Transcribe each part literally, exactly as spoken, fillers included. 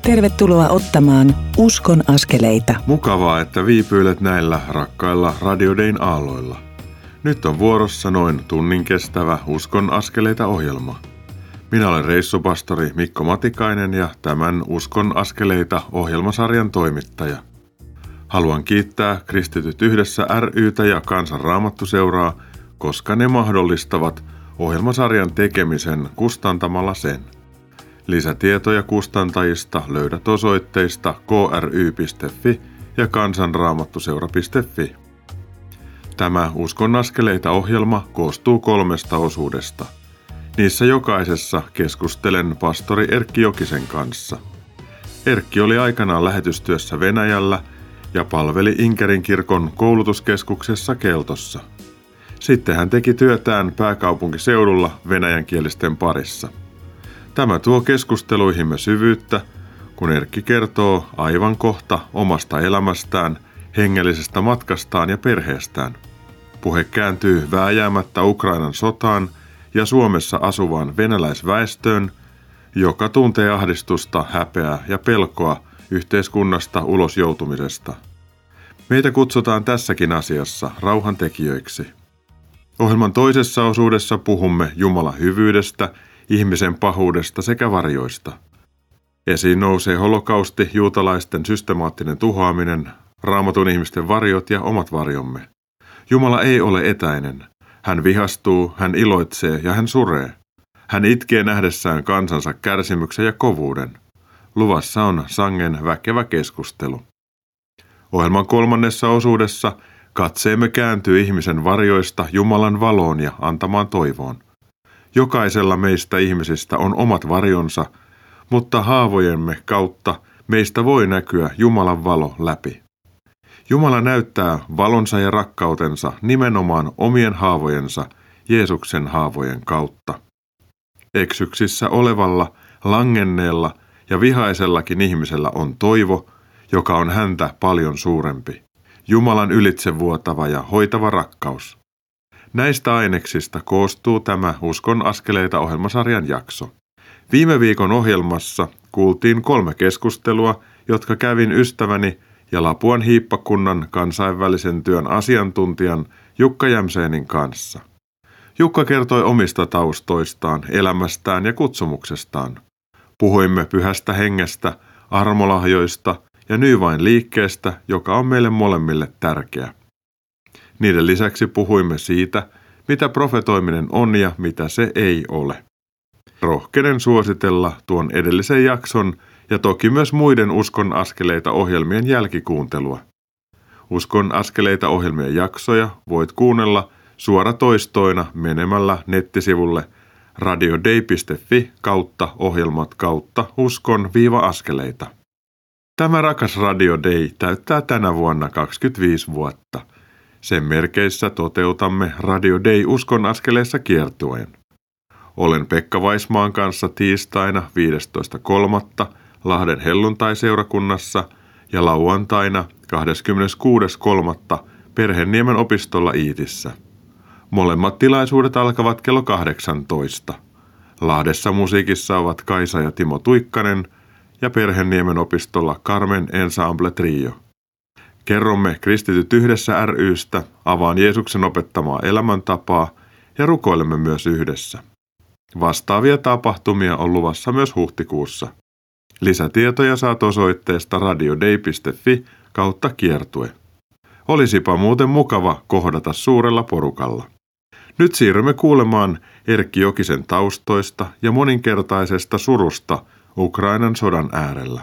Tervetuloa ottamaan Uskon askeleita. Mukavaa, että viipyilet näillä rakkailla Radio Dayn aalloilla. Nyt on vuorossa noin tunnin kestävä Uskon askeleita -ohjelma. Minä olen reissupastori Mikko Matikainen ja tämän Uskon askeleita -ohjelmasarjan toimittaja. Haluan kiittää Kristityt yhdessä ry:tä ja Kansan Raamattuseuraa, koska ne mahdollistavat ohjelmasarjan tekemisen kustantamalla sen. Lisätietoja kustantajista löydät osoitteista k r y piste f i ja kansanraamattuseura piste f i. Tämä Uskon askeleita -ohjelma koostuu kolmesta osuudesta. Niissä jokaisessa keskustelen pastori Erkki Jokisen kanssa. Erkki oli aikanaan lähetystyössä Venäjällä ja palveli Inkerin kirkon koulutuskeskuksessa Keltossa. Sitten hän teki työtään pääkaupunkiseudulla venäjänkielisten parissa. Tämä tuo keskusteluihimme syvyyttä, kun Erkki kertoo aivan kohta omasta elämästään, hengellisestä matkastaan ja perheestään. Puhe kääntyy vääjäämättä Ukrainan sotaan ja Suomessa asuvaan venäläisväestöön, joka tuntee ahdistusta, häpeää ja pelkoa yhteiskunnasta ulos joutumisesta. Meitä kutsutaan tässäkin asiassa rauhantekijöiksi. Ohjelman toisessa osuudessa puhumme Jumalan hyvyydestä, ihmisen pahuudesta sekä varjoista. Esiin nousee holokausti, juutalaisten systemaattinen tuhoaminen, Raamatun ihmisten varjot ja omat varjomme. Jumala ei ole etäinen. Hän vihastuu, hän iloitsee ja hän suree. Hän itkee nähdessään kansansa kärsimyksen ja kovuuden. Luvassa on sangen väkevä keskustelu. Ohjelman kolmannessa osuudessa katseemme kääntyy ihmisen varjoista Jumalan valoon ja antamaan toivoon. Jokaisella meistä ihmisistä on omat varjonsa, mutta haavojemme kautta meistä voi näkyä Jumalan valo läpi. Jumala näyttää valonsa ja rakkautensa nimenomaan omien haavojensa, Jeesuksen haavojen kautta. Eksyksissä olevalla, langenneella ja vihaisellakin ihmisellä on toivo, joka on häntä paljon suurempi. Jumalan ylitsevuotava ja hoitava rakkaus. Näistä aineksista koostuu tämä Uskon askeleita -ohjelmasarjan jakso. Viime viikon ohjelmassa kuultiin kolme keskustelua, jotka kävin ystäväni ja Lapuan hiippakunnan kansainvälisen työn asiantuntijan Jukka Jämseenin kanssa. Jukka kertoi omista taustoistaan, elämästään ja kutsumuksestaan. Puhuimme pyhästä hengestä, armolahjoista ja Nyvain liikkeestä, joka on meille molemmille tärkeä. Niiden lisäksi puhuimme siitä, mitä profetoiminen on ja mitä se ei ole. Rohkenen suositella tuon edellisen jakson ja toki myös muiden Uskon askeleita -ohjelmien jälkikuuntelua. Uskon askeleita -ohjelmien jaksoja voit kuunnella suoratoistoina menemällä nettisivulle radioday piste f i kautta ohjelmat kautta uskon-askeleita. Tämä rakas Radio Day täyttää tänä vuonna kaksikymmentäviisi vuotta. Sen merkeissä toteutamme Radio Day Uskon askeleissa -kiertueen. Olen Pekka Vaismaan kanssa tiistaina viidestoista kolmatta Lahden helluntaiseurakunnassa ja lauantaina kahdeskymmeneskuudes kolmatta Perhenniemen opistolla Iitissä. Molemmat tilaisuudet alkavat kello kahdeksantoista. Lahdessa musiikissa ovat Kaisa ja Timo Tuikkanen ja Perhenniemen opistolla Carmen Ensemble Trio. Kerromme Kristityt yhdessä ry:stä, avaan Jeesuksen opettamaa elämäntapaa ja rukoilemme myös yhdessä. Vastaavia tapahtumia on luvassa myös huhtikuussa. Lisätietoja saat osoitteesta radioday piste f i kautta kiertue. Olisipa muuten mukava kohdata suurella porukalla. Nyt siirrymme kuulemaan Erkki Jokisen taustoista ja moninkertaisesta surusta Ukrainan sodan äärellä.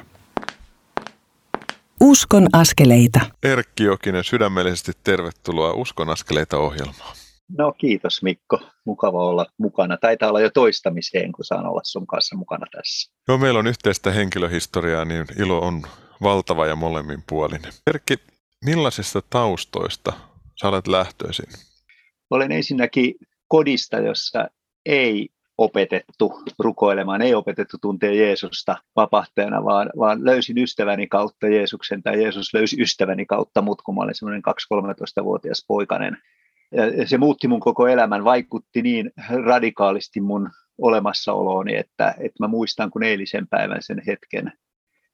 Uskon askeleita. Erkki Jokinen, sydämellisesti tervetuloa Uskon askeleita -ohjelmaan. No kiitos Mikko, mukava olla mukana. Taitaa olla jo toistamiseen, kun saan olla sun kanssa mukana tässä. Joo, meillä on yhteistä henkilöhistoriaa, niin ilo on valtava ja molemminpuolinen. Erkki, millaisista taustoista sä olet lähtöisin? Olen ensinnäkin kodista, jossa ei opetettu rukoilemaan, ei opetettu tuntea Jeesusta vapahtajana, vaan, vaan löysin ystäväni kautta Jeesuksen, tai Jeesus löysi ystäväni kautta mut, kun mä olin semmoinen kaksi-kolmetoista-vuotias poikanen. Ja se muutti mun koko elämän, vaikutti niin radikaalisti mun olemassaolooni, että, että mä muistan kun eilisen päivän sen hetken.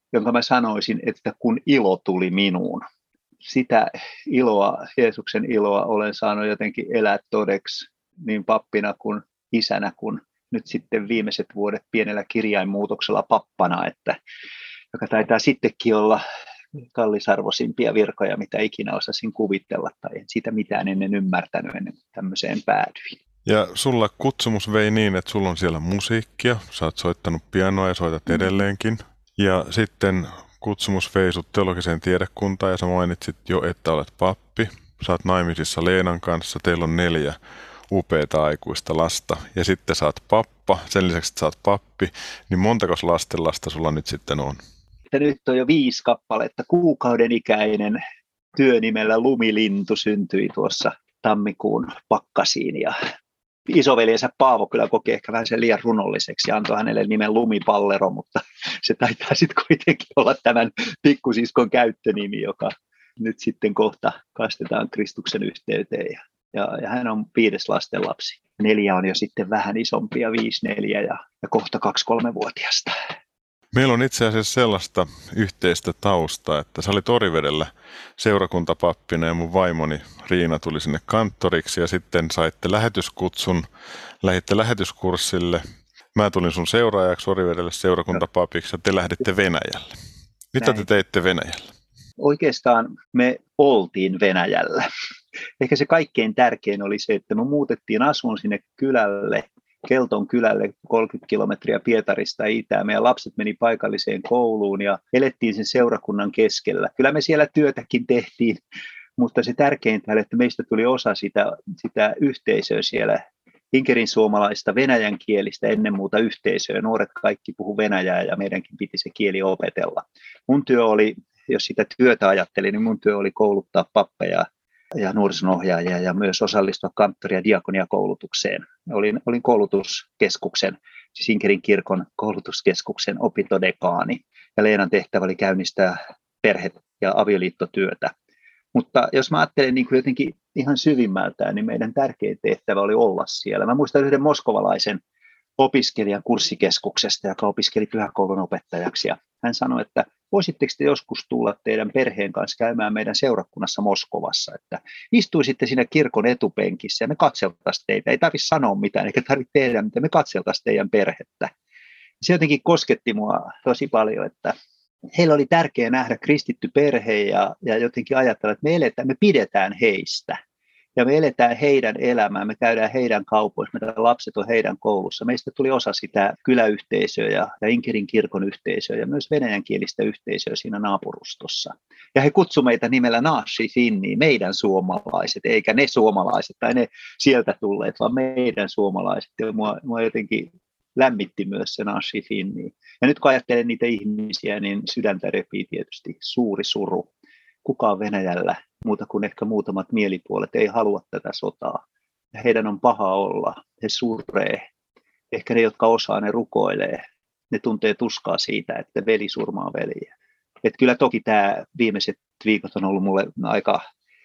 jonka mä sanoisin, että kun ilo tuli minuun. Sitä iloa, Jeesuksen iloa olen saanut jotenkin elää todeksi niin pappina kuin isänä kuin nyt sitten viimeiset vuodet pienellä kirjainmuutoksella pappana, että, joka taitaa sittenkin olla kallisarvoisimpia virkoja, mitä ikinä osasin kuvitella tai en siitä mitään ennen ymmärtänyt ennen kuin tämmöiseen päädyin. Ja sulla kutsumus vei niin, että sulla on siellä musiikkia, sä oot soittanut pianoa ja soitat edelleenkin. Ja sitten kutsumus vei sut teologiseen tiedekuntaan ja sä mainitsit jo, että olet pappi. Sä oot naimisissa Leenan kanssa, teillä on neljä upeata aikuista lasta ja sitten sä oot pappa, sen lisäksi että sä oot pappi, niin montakos lastenlasta sulla nyt sitten on? Nyt on jo viisi kappaletta. Kuukauden ikäinen työnimellä Lumilintu syntyi tuossa tammikuun pakkasiin ja isoveljensä Paavo kyllä kokee ehkä vähän sen liian runolliseksi ja antoi hänelle nimen Lumipallero, mutta se taitaa sitten kuitenkin olla tämän pikkusiskon käyttönimi, joka nyt sitten kohta kastetaan Kristuksen yhteyteen ja, ja, ja hän on viides lastenlapsi. Neljä on jo sitten vähän isompia, viisi, neljä ja, ja kohta kaksi kolmevuotiasta. Meillä on itse asiassa sellaista yhteistä taustaa, että sä olit Orivedellä seurakuntapappina ja mun vaimoni Riina tuli sinne kanttoriksi ja sitten saitte lähetyskutsun, lähditte lähetyskurssille. Mä tulin sun seuraajaksi Orivedelle seurakuntapapiksi ja te lähditte Venäjälle. Mitä Näin. te teitte Venäjällä? Oikeastaan me oltiin Venäjällä. Ehkä se kaikkein tärkein oli se, että me muutettiin asuun sinne kylälle. Kelton kylälle kolmekymmentä kilometriä Pietarista itään. Meidän lapset meni paikalliseen kouluun ja elettiin sen seurakunnan keskellä. Kyllä me siellä työtäkin tehtiin, mutta se tärkeintä oli, että meistä tuli osa sitä, sitä yhteisöä siellä. Inkerin suomalaista venäjänkielistä ennen muuta yhteisöä. Nuoret kaikki puhu venäjää ja meidänkin piti se kieli opetella. Mun työ oli, jos sitä työtä ajattelin, niin mun työ oli kouluttaa pappeja ja nuorisonohjaajia ja myös osallistua kanttori- ja diakoniakoulutukseen. Olin, olin koulutuskeskuksen, siis Inkerin kirkon koulutuskeskuksen opintodekaani. Ja Leenan tehtävä oli käynnistää perhe- ja avioliittotyötä. Mutta jos mä ajattelen niin kuin jotenkin ihan syvimmältään, niin meidän tärkein tehtävä oli olla siellä. Mä muistan yhden moskovalaisen opiskelijan kurssikeskuksesta, joka opiskeli pyhäkoulun opettajaksi. Ja hän sanoi, että voisitteko te joskus tulla teidän perheen kanssa käymään meidän seurakunnassa Moskovassa, että istuisitte siinä kirkon etupenkissä ja me katseltaisiin teitä. Ei tarvitse sanoa mitään, eikä tarvitse tehdä mitään, me katseltaisiin teidän perhettä. Se jotenkin kosketti mua tosi paljon, että heillä oli tärkeää nähdä kristitty perhe ja, ja jotenkin ajatella, että me eletään, me pidetään heistä. Ja me eletään heidän elämää, me käydään heidän kaupoissa, meidän lapset on heidän koulussa. Meistä tuli osa sitä kyläyhteisöä ja, ja Inkerin kirkon yhteisöä ja myös venäjänkielistä yhteisöä siinä naapurustossa. Ja he kutsuivat meitä nimellä Nashi Finni, meidän suomalaiset, eikä ne suomalaiset tai ne sieltä tulleet, vaan meidän suomalaiset. Ja mua, mua jotenkin lämmitti myös se Nashi Finni. Ja nyt kun ajattelen niitä ihmisiä, niin sydäntä repii tietysti suuri suru. Kukaan Venäjällä muuta kuin ehkä muutamat mielipuolet ei halua tätä sotaa. Ja heidän on paha olla, he surree. Ehkä ne, jotka osaa, ne rukoilee. Ne tuntee tuskaa siitä, että veli surmaa veliä. Et kyllä toki tämä viimeiset viikot on ollut mulle aika,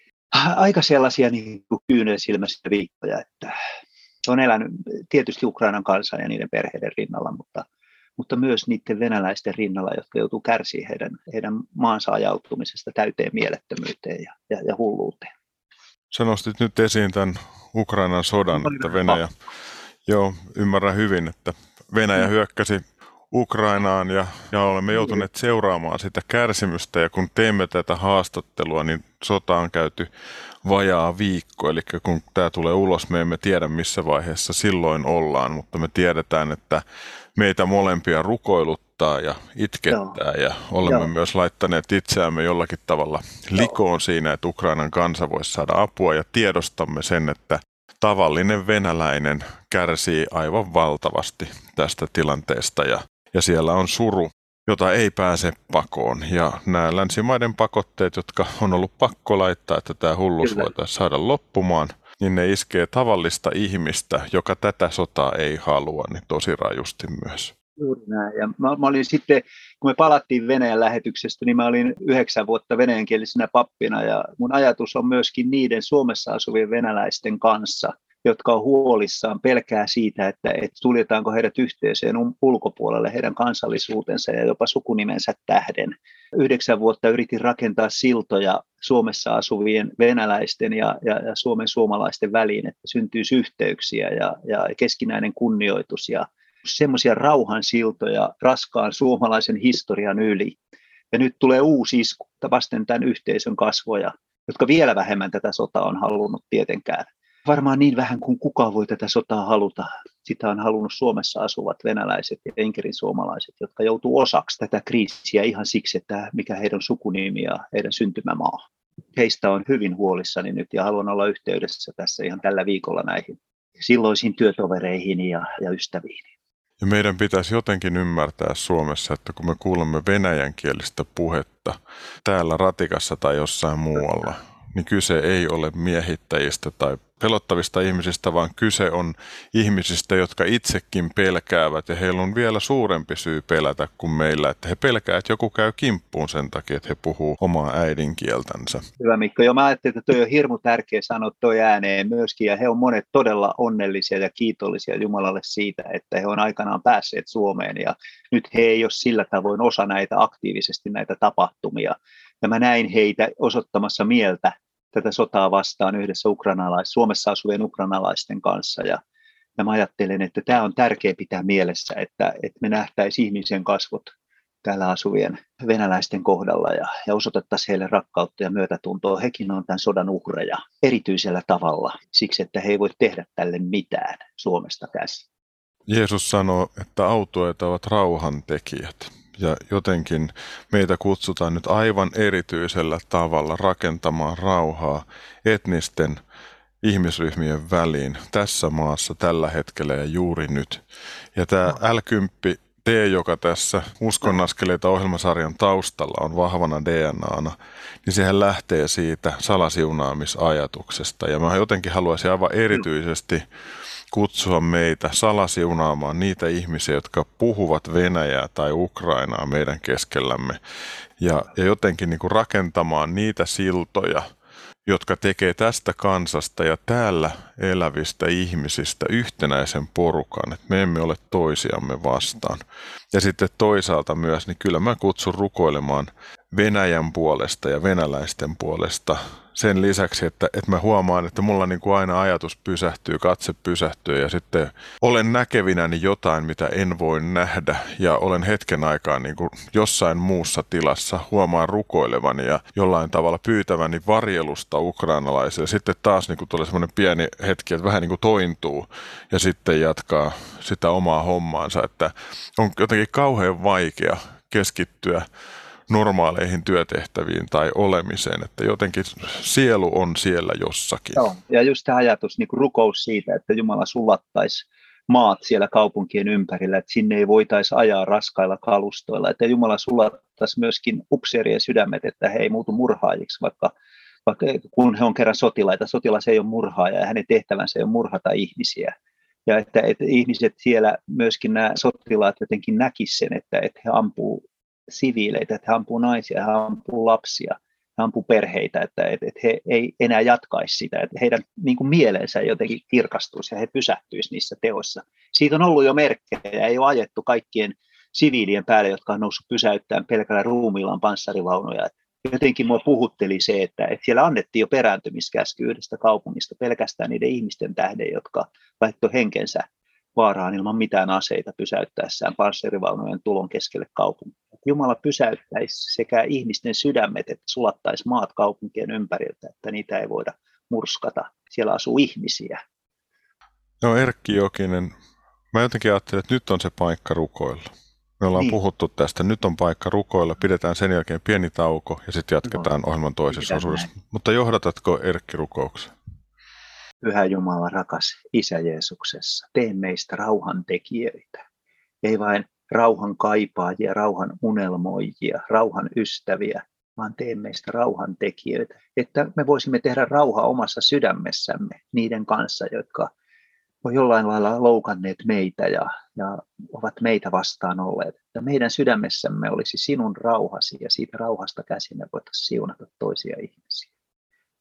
aika sellaisia niin kuin kyynelsilmäisiä viikkoja, että on elänyt tietysti Ukrainan kansan ja niiden perheiden rinnalla, mutta mutta myös niiden venäläisten rinnalla, jotka joutuu kärsimään heidän, heidän maansa ajautumisesta täyteen mielettömyyteen ja, ja, ja hulluuteen. Sä nostit nyt esiin tämän Ukrainan sodan, että Venäjä, joo, ymmärrän hyvin, että Venäjä hyökkäsi Ukrainaan ja, ja olemme joutuneet seuraamaan sitä kärsimystä ja kun teemme tätä haastattelua, niin sota on käyty vajaa viikko, eli kun tämä tulee ulos, me emme tiedä missä vaiheessa silloin ollaan, mutta me tiedetään, että meitä molempia rukoiluttaa ja itkettää Joo. ja olemme Joo. myös laittaneet itseämme jollakin tavalla likoon Joo. siinä, että Ukrainan kansa voisi saada apua ja tiedostamme sen, että tavallinen venäläinen kärsii aivan valtavasti tästä tilanteesta ja, ja siellä on suru, jota ei pääse pakoon. Ja nämä länsimaiden pakotteet, jotka on ollut pakko laittaa, että tämä hulluus Kyllä. voitaisiin saada loppumaan, niin ne iskee tavallista ihmistä, joka tätä sotaa ei halua, niin tosi rajusti myös. Juuri näin. Ja mä, mä olin sitten, kun me palattiin Venäjän lähetyksestä, niin mä olin yhdeksän vuotta venäjänkielisenä pappina, ja mun ajatus on myöskin niiden Suomessa asuvien venäläisten kanssa, jotka on huolissaan, pelkää siitä, että, että suljetaanko heidät yhteisöjen ulkopuolelle heidän kansallisuutensa ja jopa sukunimensä tähden. Yhdeksän vuotta yritin rakentaa siltoja Suomessa asuvien venäläisten ja, ja, ja Suomen suomalaisten väliin, että syntyisi yhteyksiä ja, ja keskinäinen kunnioitus ja semmoisia rauhansiltoja raskaan suomalaisen historian yli. Ja nyt tulee uusi isku vasten tämän yhteisön kasvoja, jotka vielä vähemmän tätä sotaa on halunnut tietenkään. Varmaan niin vähän kuin kukaan voi tätä sotaa haluta. Sitä on halunnut Suomessa asuvat venäläiset ja enkerin suomalaiset, jotka joutuu osaksi tätä kriisiä ihan siksi, että mikä heidän sukunimi ja heidän syntymämaa. Heistä on hyvin huolissani nyt ja haluan olla yhteydessä tässä ihan tällä viikolla näihin silloisiin työtovereihin ja, ja ystäviin. Ja meidän pitäisi jotenkin ymmärtää Suomessa, että kun me kuulemme venäjänkielistä puhetta täällä Ratikassa tai jossain muualla, niin kyse ei ole miehittäjistä tai pelottavista ihmisistä, vaan kyse on ihmisistä, jotka itsekin pelkäävät ja heillä on vielä suurempi syy pelätä kuin meillä, että he pelkäävät, että joku käy kimppuun sen takia, että he puhuu omaa äidinkieltänsä. Hyvä Mikko, jo mä ajattelin, että toi on hirmu tärkeä sanoa toi ääneen myöskin ja he on monet todella onnellisia ja kiitollisia Jumalalle siitä, että he on aikanaan päässeet Suomeen ja nyt he ei ole sillä tavoin osa näitä aktiivisesti näitä tapahtumia ja mä näin heitä osoittamassa mieltä tätä sotaa vastaan yhdessä ukrainalais, Suomessa asuvien ukrainalaisten kanssa. Ja, ja mä ajattelen, että tämä on tärkeää pitää mielessä, että, että me nähtäisiin ihmisen kasvot täällä asuvien venäläisten kohdalla ja, ja osoitettaisiin heille rakkautta ja myötätuntoa. Hekin on tämän sodan uhreja erityisellä tavalla, siksi että he ei voi tehdä tälle mitään Suomesta käsin. Jeesus sanoo, että autueet ovat rauhantekijät. Ja jotenkin meitä kutsutaan nyt aivan erityisellä tavalla rakentamaan rauhaa etnisten ihmisryhmien väliin tässä maassa tällä hetkellä ja juuri nyt. Ja tämä L kymmenen T, joka tässä Uskon askeleita -ohjelmasarjan taustalla on vahvana D N A:na, niin sehän lähtee siitä salasiunaamisajatuksesta. Ja mä jotenkin haluaisin aivan erityisesti kutsua meitä salasiunaamaan niitä ihmisiä, jotka puhuvat venäjää tai ukrainaa meidän keskellämme ja, ja jotenkin niin kuin rakentamaan niitä siltoja, jotka tekee tästä kansasta ja täällä elävistä ihmisistä yhtenäisen porukan, että me emme ole toisiamme vastaan. Ja sitten toisaalta myös, niin kyllä mä kutsun rukoilemaan Venäjän puolesta ja venäläisten puolesta sen lisäksi, että, että mä huomaan, että mulla niin kuin aina ajatus pysähtyy, katse pysähtyy ja sitten olen näkevinäni jotain, mitä en voi nähdä ja olen hetken aikaa niin kuin jossain muussa tilassa, huomaan rukoilevani ja jollain tavalla pyytäväni varjelusta ukrainalaisille. Sitten taas niin kuin tulee semmoinen pieni hetki, että vähän niin kuin tointuu ja sitten jatkaa sitä omaa hommaansa, että on jotenkin kauhean vaikea keskittyä normaaleihin työtehtäviin tai olemiseen, että jotenkin sielu on siellä jossakin. Joo, ja just tämä ajatus, niin kuin rukous siitä, että Jumala sulattaisi maat siellä kaupunkien ympärillä, että sinne ei voitaisi ajaa raskailla kalustoilla, että Jumala sulattaisi myöskin upseerien sydämet, että he ei muutu murhaajiksi, vaikka, vaikka kun he on kerran sotilaita, sotilas ei ole murhaaja ja hänen tehtävänsä ei ole murhata ihmisiä. Ja että, että ihmiset siellä, myöskin nämä sotilaat jotenkin näkisivät sen, että, että he ampuu siviileitä, että he ampuu naisia, he ampuu lapsia, he ampuu perheitä, että, että, että he ei enää jatkaisi sitä, että heidän niin kuin mielensä jotenkin kirkastuisi ja he pysähtyisivät niissä teoissa. Siitä on ollut jo merkkejä, ei ole ajettu kaikkien siviilien päälle, jotka on noussut pysäyttämään pelkällä ruumiillaan panssarivaunuja. Jotenkin minua puhutteli se, että, että siellä annettiin jo perääntymiskäsky yhdestä kaupungista pelkästään niiden ihmisten tähden, jotka laittoi henkensä vaaraan ilman mitään aseita pysäyttäessään panssarivaunujen tulon keskelle kaupunkia. Jumala pysäyttäisi sekä ihmisten sydämet, että sulattaisi maat kaupunkien ympäriltä, että niitä ei voida murskata. Siellä asuu ihmisiä. No Erkki Jokinen, mä jotenkin ajattelen, että nyt on se paikka rukoilla. Me ollaan niin. puhuttu tästä, nyt on paikka rukoilla, pidetään sen jälkeen pieni tauko ja sitten jatketaan no, ohjelman toisessa osuudessa. Mutta johdatatko Erkki rukouksen? Pyhä Jumala, rakas Isä Jeesuksessa, tee meistä rauhantekijöitä. Ei vain rauhan kaipaajia, rauhan unelmoijia, rauhan ystäviä, vaan tee meistä rauhantekijöitä. Että me voisimme tehdä rauhaa omassa sydämessämme niiden kanssa, jotka on jollain lailla loukanneet meitä ja, ja ovat meitä vastaan olleet. Että meidän sydämessämme olisi sinun rauhasi ja siitä rauhasta käsin me voitaisiin siunata toisia ihmisiä.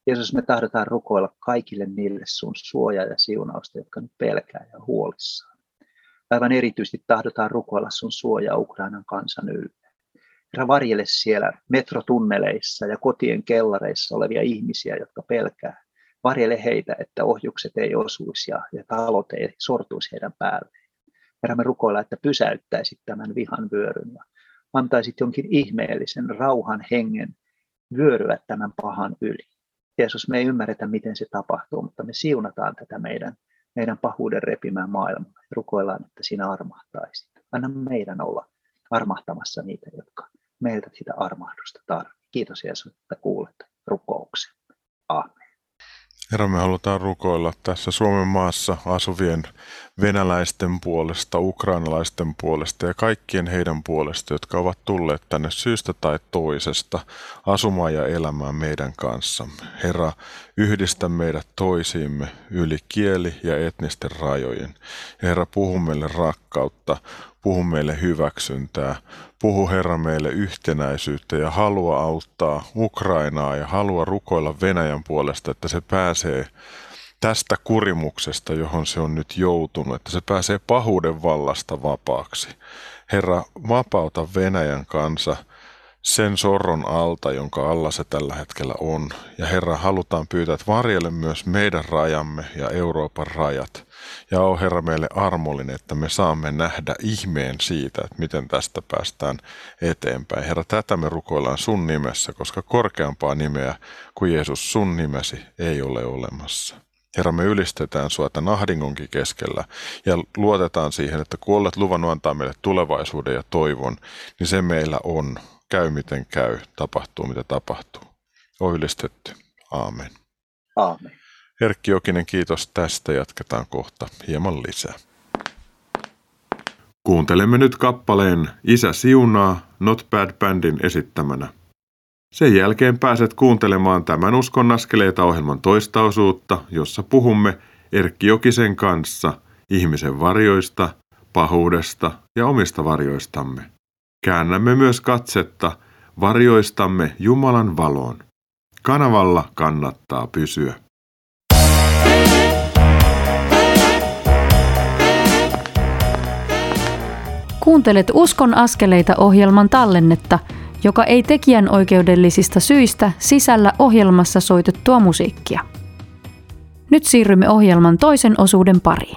Jeesus, me tahdotaan rukoilla kaikille niille sun suojaa ja siunausta, jotka nyt pelkää ja huolissaan. Aivan erityisesti tahdotaan rukoilla sun suojaa Ukrainan kansan ylle. Herra, varjele siellä metrotunneleissa ja kotien kellareissa olevia ihmisiä, jotka pelkää. Varjele heitä, että ohjukset ei osuisi ja, ja talot ei sortuisi heidän päälleen. Herra, me rukoillaan, että pysäyttäisit tämän vihan vyöryn ja antaisit jonkin ihmeellisen rauhan hengen vyöryä tämän pahan yli. Jeesus, me ei ymmärretä, miten se tapahtuu, mutta me siunataan tätä meidän, meidän pahuuden repimää maailmaa ja rukoillaan, että sinä armahtaisit. Anna meidän olla armahtamassa niitä, jotka meiltä sitä armahdusta tarvitsevat. Kiitos Jeesus, että kuulet rukouksen. Aamen. Herra, me halutaan rukoilla tässä Suomen maassa asuvien venäläisten puolesta, ukrainalaisten puolesta ja kaikkien heidän puolesta, jotka ovat tulleet tänne syystä tai toisesta asumaan ja elämään meidän kanssamme. Herra, yhdistä meidät toisiimme yli kieli- ja etnisten rajojen. Ja Herra, puhu meille rakkautta, puhu meille hyväksyntää, puhu Herra meille yhtenäisyyttä ja halua auttaa Ukrainaa ja halua rukoilla Venäjän puolesta, että se pääsee tästä kurimuksesta, johon se on nyt joutunut, että se pääsee pahuuden vallasta vapaaksi. Herra, vapauta Venäjän kansa sen sorron alta, jonka alla se tällä hetkellä on. Ja Herra, halutaan pyytää, että varjele myös meidän rajamme ja Euroopan rajat. Ja oo Herra meille armollinen, että me saamme nähdä ihmeen siitä, että miten tästä päästään eteenpäin. Herra, tätä me rukoillaan sun nimessä, koska korkeampaa nimeä kuin Jeesus sun nimesi ei ole olemassa. Herra, me ylistetään sua tämän ahdingonkin keskellä ja luotetaan siihen, että kun olet luvannut antaa meille tulevaisuuden ja toivon, niin se meillä on. Käy miten käy, tapahtuu mitä tapahtuu. On ylistetty. Aamen. Aamen. Erkki Jokinen, kiitos tästä. Jatketaan kohta hieman lisää. Kuuntelemme nyt kappaleen Isä siunaa Not Bad Bandin esittämänä. Sen jälkeen pääset kuuntelemaan tämän Uskon askeleita -ohjelman toista osuutta, jossa puhumme Erkki Jokisen kanssa ihmisen varjoista, pahuudesta ja omista varjoistamme. Käännämme myös katsetta varjoistamme Jumalan valoon. Kanavalla kannattaa pysyä. Kuuntelet Uskon askeleita -ohjelman tallennetta, joka ei tekijänoikeudellisista syistä sisällä ohjelmassa soitettua musiikkia. Nyt siirrymme ohjelman toisen osuuden pariin.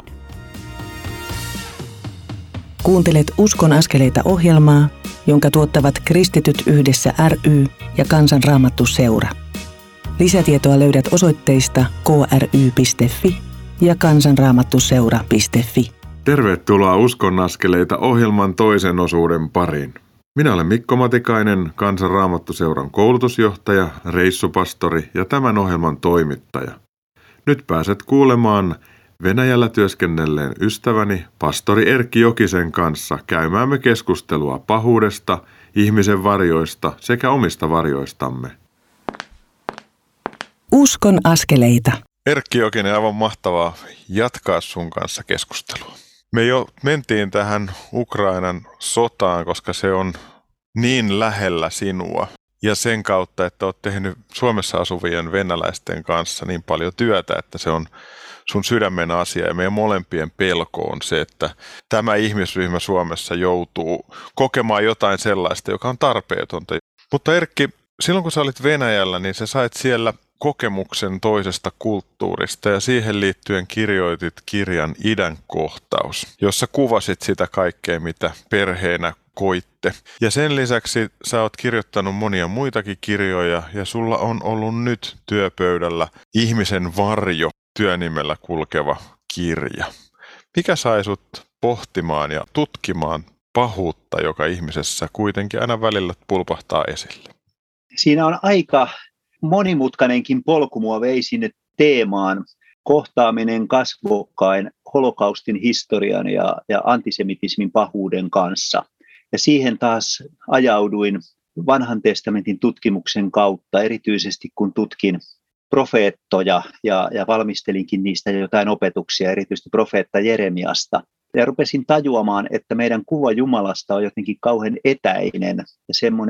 Kuuntelet Uskon askeleita -ohjelmaa, jonka tuottavat Kristityt yhdessä ry ja Kansanraamattu seura. Lisätietoa löydät osoitteista k r y piste f i ja kansanraamattuseura piste f i. Tervetuloa Uskon askeleita -ohjelman toisen osuuden pariin. Minä olen Mikko Matikainen, Kansanraamattuseuran koulutusjohtaja, reissupastori ja tämän ohjelman toimittaja. Nyt pääset kuulemaan Venäjällä työskennelleen ystäväni, pastori Erkki Jokisen kanssa käymäämme keskustelua pahuudesta, ihmisen varjoista sekä omista varjoistamme. Uskon askeleita. Erkki Jokinen, aivan mahtavaa jatkaa sun kanssa keskustelua. Me jo mentiin tähän Ukrainan sotaan, koska se on niin lähellä sinua. Ja sen kautta, että olet tehnyt Suomessa asuvien venäläisten kanssa niin paljon työtä, että se on sun sydämen asia ja meidän molempien pelko on se, että tämä ihmisryhmä Suomessa joutuu kokemaan jotain sellaista, joka on tarpeetonta. Mutta Erkki, silloin kun sä olit Venäjällä, niin sä sait siellä kokemuksen toisesta kulttuurista ja siihen liittyen kirjoitit kirjan Idän kohtaus, jossa kuvasit sitä kaikkea, mitä perheenä koitte. Ja sen lisäksi sä oot kirjoittanut monia muitakin kirjoja ja sulla on ollut nyt työpöydällä Ihmisen varjo -työnimellä kulkeva kirja. Mikä sai sut pohtimaan ja tutkimaan pahuutta, joka ihmisessä kuitenkin aina välillä pulpahtaa esille? Siinä on aika monimutkainenkin polku mua vei sinne teemaan kohtaaminen kasvokkain holokaustin historian ja, ja antisemitismin pahuuden kanssa. Ja siihen taas ajauduin vanhan testamentin tutkimuksen kautta, erityisesti kun tutkin profeettoja ja, ja valmistelinkin niistä jotain opetuksia, erityisesti profeetta Jeremiasta. Ja rupesin tajuamaan, että meidän kuva Jumalasta on jotenkin kauhean etäinen ja semmoinen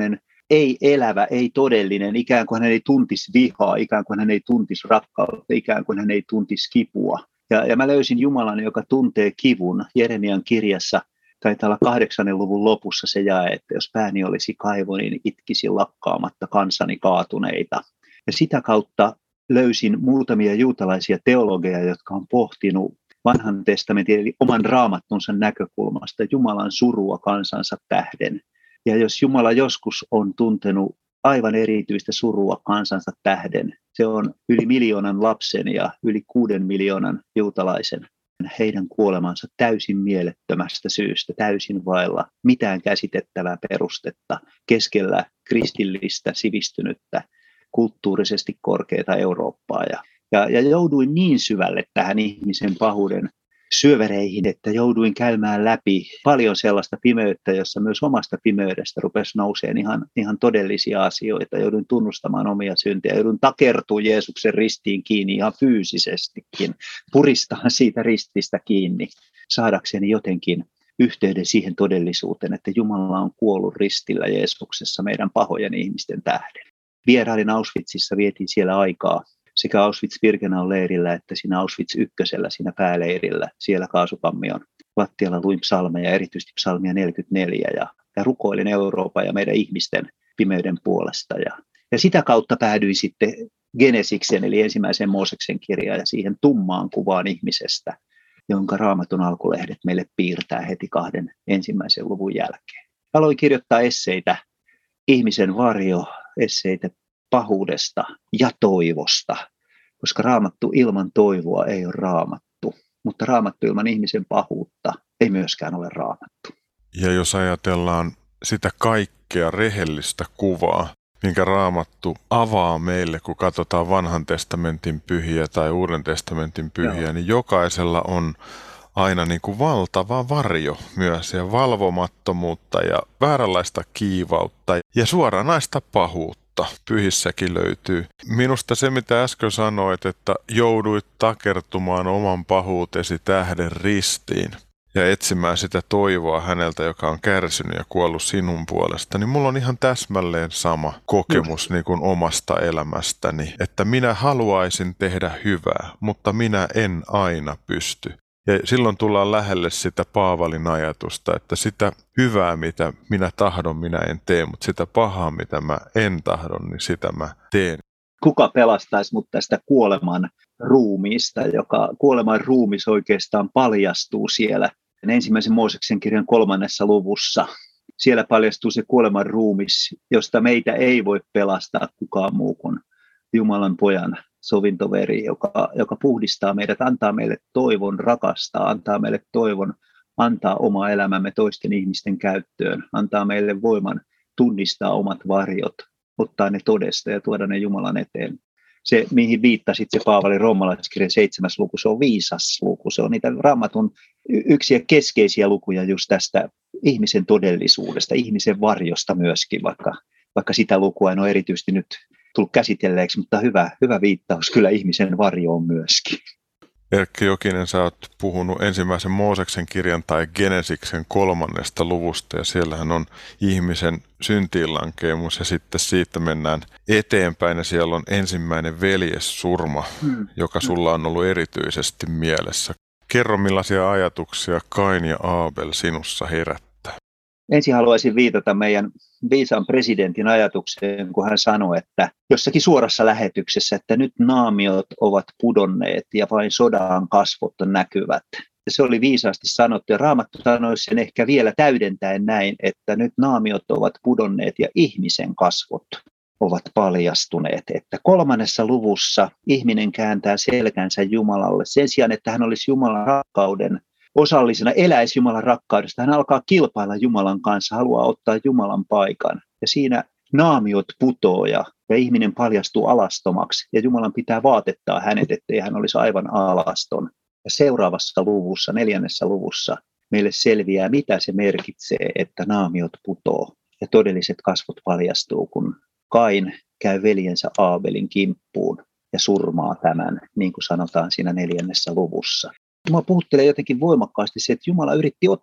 ei elävä, ei todellinen, ikään kuin hän ei tuntisi vihaa, ikään kuin hän ei tuntisi rakkautta, ikään kuin hän ei tuntisi kipua. Ja, ja mä löysin Jumalan, joka tuntee kivun. Jeremian kirjassa taitaa olla kahdeksannen luvun lopussa se jae, että jos pääni olisi kaivo, niin itkisin lakkaamatta kansani kaatuneita. Ja sitä kautta löysin muutamia juutalaisia teologeja, jotka on pohtinut vanhan testamentin eli oman raamattunsa näkökulmasta Jumalan surua kansansa tähden. Ja jos Jumala joskus on tuntenut aivan erityistä surua kansansa tähden, se on yli miljoonan lapsen ja yli kuuden miljoonan juutalaisen heidän kuolemansa täysin mielettömästä syystä, täysin vailla mitään käsitettävää perustetta keskellä kristillistä, sivistynyttä, kulttuurisesti korkeata Eurooppaa. Ja, ja, ja jouduin niin syvälle tähän ihmisen pahuuden syövereihin, että jouduin käymään läpi paljon sellaista pimeyttä, jossa myös omasta pimeydestä rupesi nousemaan ihan, ihan todellisia asioita. Jouduin tunnustamaan omia syntejä, jouduin takertumaan Jeesuksen ristiin kiinni ihan fyysisestikin, puristaa siitä rististä kiinni, saadakseni jotenkin yhteyden siihen todellisuuteen, että Jumala on kuollut ristillä Jeesuksessa meidän pahojen ihmisten tähden. Vierailin Auschwitzissa, vietin siellä aikaa. Sekä Auschwitz-Birkenau leirillä että siinä Auschwitz ykkösellä siinä pääleirillä. Siellä kaasukammion lattialla luin psalmeja, erityisesti psalmia neljäkymmentäneljä ja, ja rukoilin Euroopan ja meidän ihmisten pimeyden puolesta. Ja, ja sitä kautta päädyin sitten Genesiksen eli ensimmäisen Mooseksen kirjaan ja siihen tummaan kuvaan ihmisestä, jonka Raamatun alkulehdet meille piirtää heti kahden ensimmäisen luvun jälkeen. Aloin kirjoittaa esseitä, ihmisen varjo, esseitä pahuudesta ja toivosta, koska raamattu ilman toivoa ei ole raamattu, mutta raamattu ilman ihmisen pahuutta ei myöskään ole raamattu. Ja jos ajatellaan sitä kaikkea rehellistä kuvaa, minkä raamattu avaa meille, kun katsotaan vanhan testamentin pyhiä tai uuden testamentin pyhiä, Joo. niin jokaisella on aina niin kuin valtava varjo myös ja valvomattomuutta ja vääränlaista kiivautta ja suoranaista pahuutta. Pyhissäkin löytyy. Minusta se, mitä äsken sanoit, että jouduit takertumaan oman pahuutesi tähden ristiin ja etsimään sitä toivoa häneltä, joka on kärsinyt ja kuollut sinun puolesta, niin mulla on ihan täsmälleen sama kokemus niin kuin omasta elämästäni, että minä haluaisin tehdä hyvää, mutta minä en aina pysty. Ja silloin tullaan lähelle sitä Paavalin ajatusta, että sitä hyvää, mitä minä tahdon, minä en tee, mutta sitä pahaa, mitä mä en tahdon, niin sitä mä teen. Kuka pelastaisi mut tästä kuoleman ruumiista, joka kuoleman ruumis oikeastaan paljastuu siellä ensimmäisen Mooseksen kirjan kolmannessa luvussa. Siellä paljastuu se kuoleman ruumis, josta meitä ei voi pelastaa kukaan muu kuin Jumalan pojan sovintoveri, joka, joka puhdistaa meidät, antaa meille toivon rakastaa, antaa meille toivon antaa oma elämämme toisten ihmisten käyttöön, antaa meille voiman tunnistaa omat varjot, ottaa ne todesta ja tuoda ne Jumalan eteen. Se, mihin viittasit, se Paavalin roomalaiskirjan seitsemäs luku, se on viisas luku, se on niitä Raamatun yksiä keskeisiä lukuja just tästä ihmisen todellisuudesta, ihmisen varjosta myöskin, vaikka, vaikka sitä lukua en ole erityisesti nyt tullut käsitelleeksi, mutta hyvä, hyvä viittaus kyllä ihmisen varjoon myöskin. Erkki Jokinen, sä oot puhunut ensimmäisen Mooseksen kirjan tai Genesiksen kolmannesta luvusta ja siellähän on ihmisen syntiinlankeemus ja sitten siitä mennään eteenpäin ja siellä on ensimmäinen veljessurma, hmm. joka sulla on ollut erityisesti mielessä. Kerro, millaisia ajatuksia Kain ja Aabel sinussa herättää? Ensin haluaisin viitata meidän viisaan presidentin ajatukseen, kun hän sanoi, että jossakin suorassa lähetyksessä, että nyt naamiot ovat pudonneet ja vain sodan kasvot näkyvät. Ja se oli viisaasti sanottu ja Raamattu sanoi sen ehkä vielä täydentäen näin, että nyt naamiot ovat pudonneet ja ihmisen kasvot ovat paljastuneet. Että kolmannessa luvussa ihminen kääntää selkänsä Jumalalle sen sijaan, että hän olisi Jumalan rakkauden osallisena, eläisi Jumalan rakkaudesta. Hän alkaa kilpailla Jumalan kanssa, haluaa ottaa Jumalan paikan. Ja siinä naamiot putoo ja, ja ihminen paljastuu alastomaksi. Ja Jumalan pitää vaatettaa hänet, ettei hän olisi aivan alaston. Ja seuraavassa luvussa, neljännessä luvussa, meille selviää, mitä se merkitsee, että naamiot putoo. Ja todelliset kasvot paljastuu, kun Kain käy veljensä Aabelin kimppuun ja surmaa tämän, niin kuin sanotaan siinä neljännessä luvussa. Minua puhuttelee jotenkin voimakkaasti se, että Jumala yritti ottaa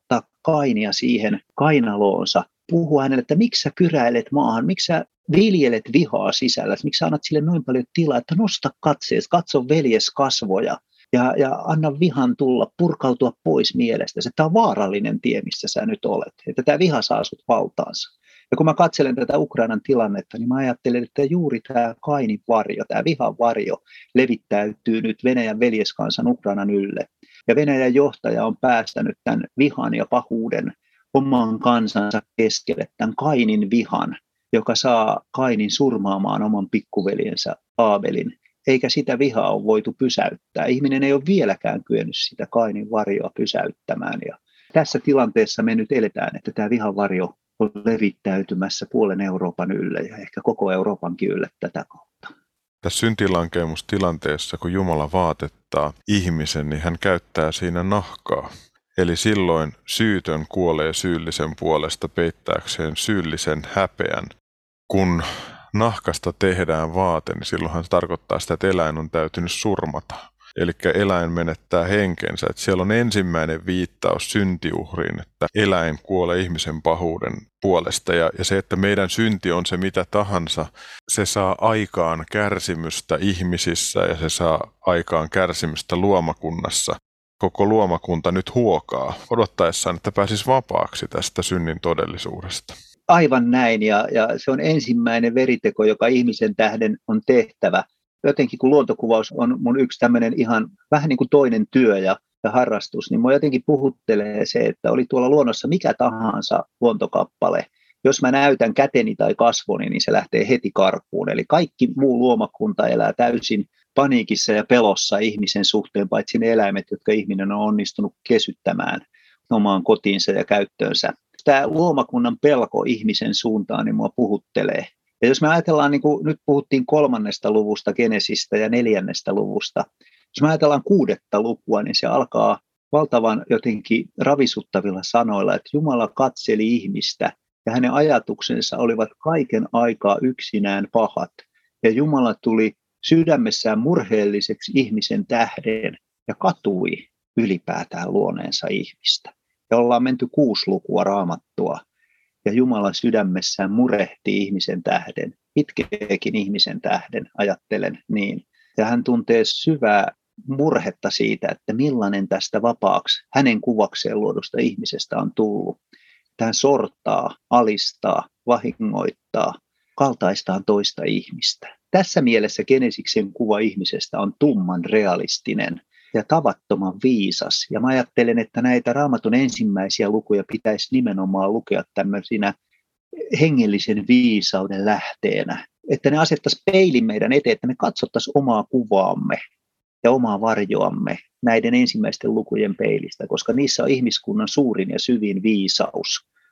Kainia siihen kainaloonsa, puhua hänelle, että miksi sä kyräilet maahan, miksi sä viljelet vihaa sisällä, miksi sä annat sille noin paljon tilaa, että nosta katseesi, katso veljes kasvoja ja, ja anna vihan tulla, purkautua pois mielestäsi. Tämä on vaarallinen tie, missä sä nyt olet, että tämä viha saa sut valtaansa. Ja kun mä katselen tätä Ukrainan tilannetta, niin mä ajattelen, että juuri tämä Kainin varjo, tämä vihan varjo levittäytyy nyt Venäjän veljeskansan Ukrainan ylle. Ja Venäjän johtaja on päästänyt tämän vihan ja pahuuden oman kansansa keskelle, tämän Kainin vihan, joka saa Kainin surmaamaan oman pikkuveljensä Aabelin. Eikä sitä vihaa ole voitu pysäyttää. Ihminen ei ole vieläkään kyennyt sitä Kainin varjoa pysäyttämään. Ja tässä tilanteessa me nyt eletään, että tämä vihan varjo on levittäytymässä puolen Euroopan ylle ja ehkä koko Euroopankin ylle tätä kautta. Tässä syntilankeemustilanteessa, kun Jumala vaatettaa ihmisen, niin hän käyttää siinä nahkaa. Eli silloin syytön kuolee syyllisen puolesta peittääkseen syyllisen häpeän. Kun nahkasta tehdään vaate, niin silloinhan se tarkoittaa sitä, että eläin on täytynyt surmata. Eli eläin menettää henkensä. Että siellä on ensimmäinen viittaus syntiuhriin, että eläin kuolee ihmisen pahuuden puolesta. Ja, ja se, että meidän synti on se mitä tahansa, se saa aikaan kärsimystä ihmisissä ja se saa aikaan kärsimystä luomakunnassa. Koko luomakunta nyt huokaa odottaessaan, että pääsisi vapaaksi tästä synnin todellisuudesta. Aivan näin, ja, ja se on ensimmäinen veriteko, joka ihmisen tähden on tehtävä. Jotenkin kun luontokuvaus on mun yksi tämmöinen ihan vähän niin kuin toinen työ ja, ja harrastus, niin mua jotenkin puhuttelee se, että oli tuolla luonnossa mikä tahansa luontokappale. Jos mä näytän käteni tai kasvoni, niin se lähtee heti karkuun. Eli kaikki muu luomakunta elää täysin paniikissa ja pelossa ihmisen suhteen, paitsi ne eläimet, jotka ihminen on onnistunut kesyttämään omaan kotiinsa ja käyttöönsä. Tämä luomakunnan pelko ihmisen suuntaan niin mua puhuttelee. Ja jos me ajatellaan, niin kuin nyt puhuttiin kolmannesta luvusta Genesistä ja neljännestä luvusta, jos me ajatellaan kuudetta lukua, niin se alkaa valtavan jotenkin ravisuttavilla sanoilla, että Jumala katseli ihmistä ja hänen ajatuksensa olivat kaiken aikaa yksinään pahat. Ja Jumala tuli sydämessään murheelliseksi ihmisen tähden ja katui ylipäätään luoneensa ihmistä. Ja ollaan menty kuusi lukua Raamattua. Ja Jumala sydämessään murehtii ihmisen tähden, itkeekin ihmisen tähden, ajattelen niin. Ja hän tuntee syvää murhetta siitä, että millainen tästä vapaaksi hänen kuvakseen luodusta ihmisestä on tullut. Hän sortaa, alistaa, vahingoittaa, kaltaistaan toista ihmistä. Tässä mielessä Genesiksen kuva ihmisestä on tumman realistinen ja tavattoman viisas. Ja mä ajattelen, että näitä Raamatun ensimmäisiä lukuja pitäisi nimenomaan lukea tämmöisinä hengellisen viisauden lähteenä. Että ne asettaisi peilin meidän eteen, että me katsottaisiin omaa kuvaamme ja omaa varjoamme näiden ensimmäisten lukujen peilistä, koska niissä on ihmiskunnan suurin ja syvin viisaus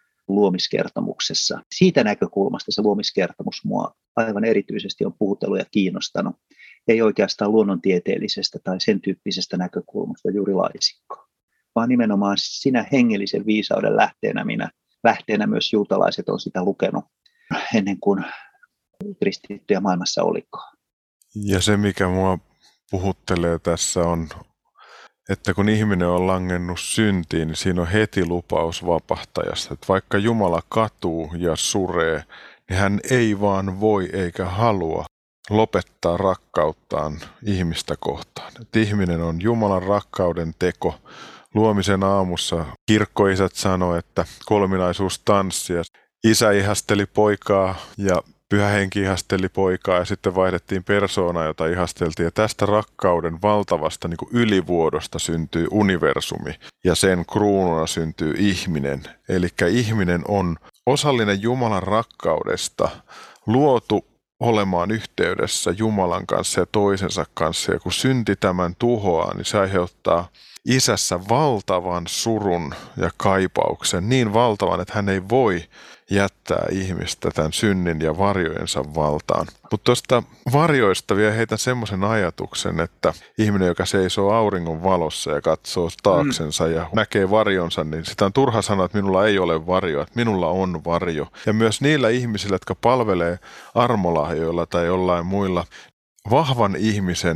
luomiskertomuksessa. Siitä näkökulmasta se luomiskertomus mua aivan erityisesti on puhutellut ja kiinnostanut. Ei oikeastaan luonnontieteellisestä tai sen tyyppisestä näkökulmasta juuri laisinkaan, vaan nimenomaan sinä hengellisen viisauden lähteenä minä, lähteenä myös juutalaiset on sitä lukenut ennen kuin kristittyjä maailmassa olikaan. Ja se, mikä mua puhuttelee tässä on, että kun ihminen on langennut syntiin, niin siinä on heti lupaus vapahtajasta. Että vaikka Jumala katuu ja suree, niin hän ei vaan voi eikä halua lopettaa rakkauttaan ihmistä kohtaan. Että ihminen on Jumalan rakkauden teko. Luomisen aamussa kirkkoisät sanoi, että kolminaisuus tanssia. Isä ihasteli poikaa ja Pyhä Henki ihasteli poikaa ja sitten vaihdettiin persoonaa, jota ihasteltiin. Ja tästä rakkauden valtavasta niin kuin ylivuodosta syntyy universumi ja sen kruununa syntyy ihminen. Eli ihminen on osallinen Jumalan rakkaudesta, luotu olemaan yhteydessä Jumalan kanssa ja toisensa kanssa. Ja kun synti tämän tuhoaa, niin se aiheuttaa isässä valtavan surun ja kaipauksen, niin valtavan, että hän ei voi jättää ihmistä tämän synnin ja varjojensa valtaan. Mutta tuosta varjoista vielä heitän semmoisen ajatuksen, että ihminen, joka seisoo auringon valossa ja katsoo taaksensa ja näkee varjonsa, niin sitä on turha sanoa, että minulla ei ole varjo, että minulla on varjo. Ja myös niillä ihmisillä, jotka palvelee armolahjoilla tai jollain muilla, vahvan ihmisen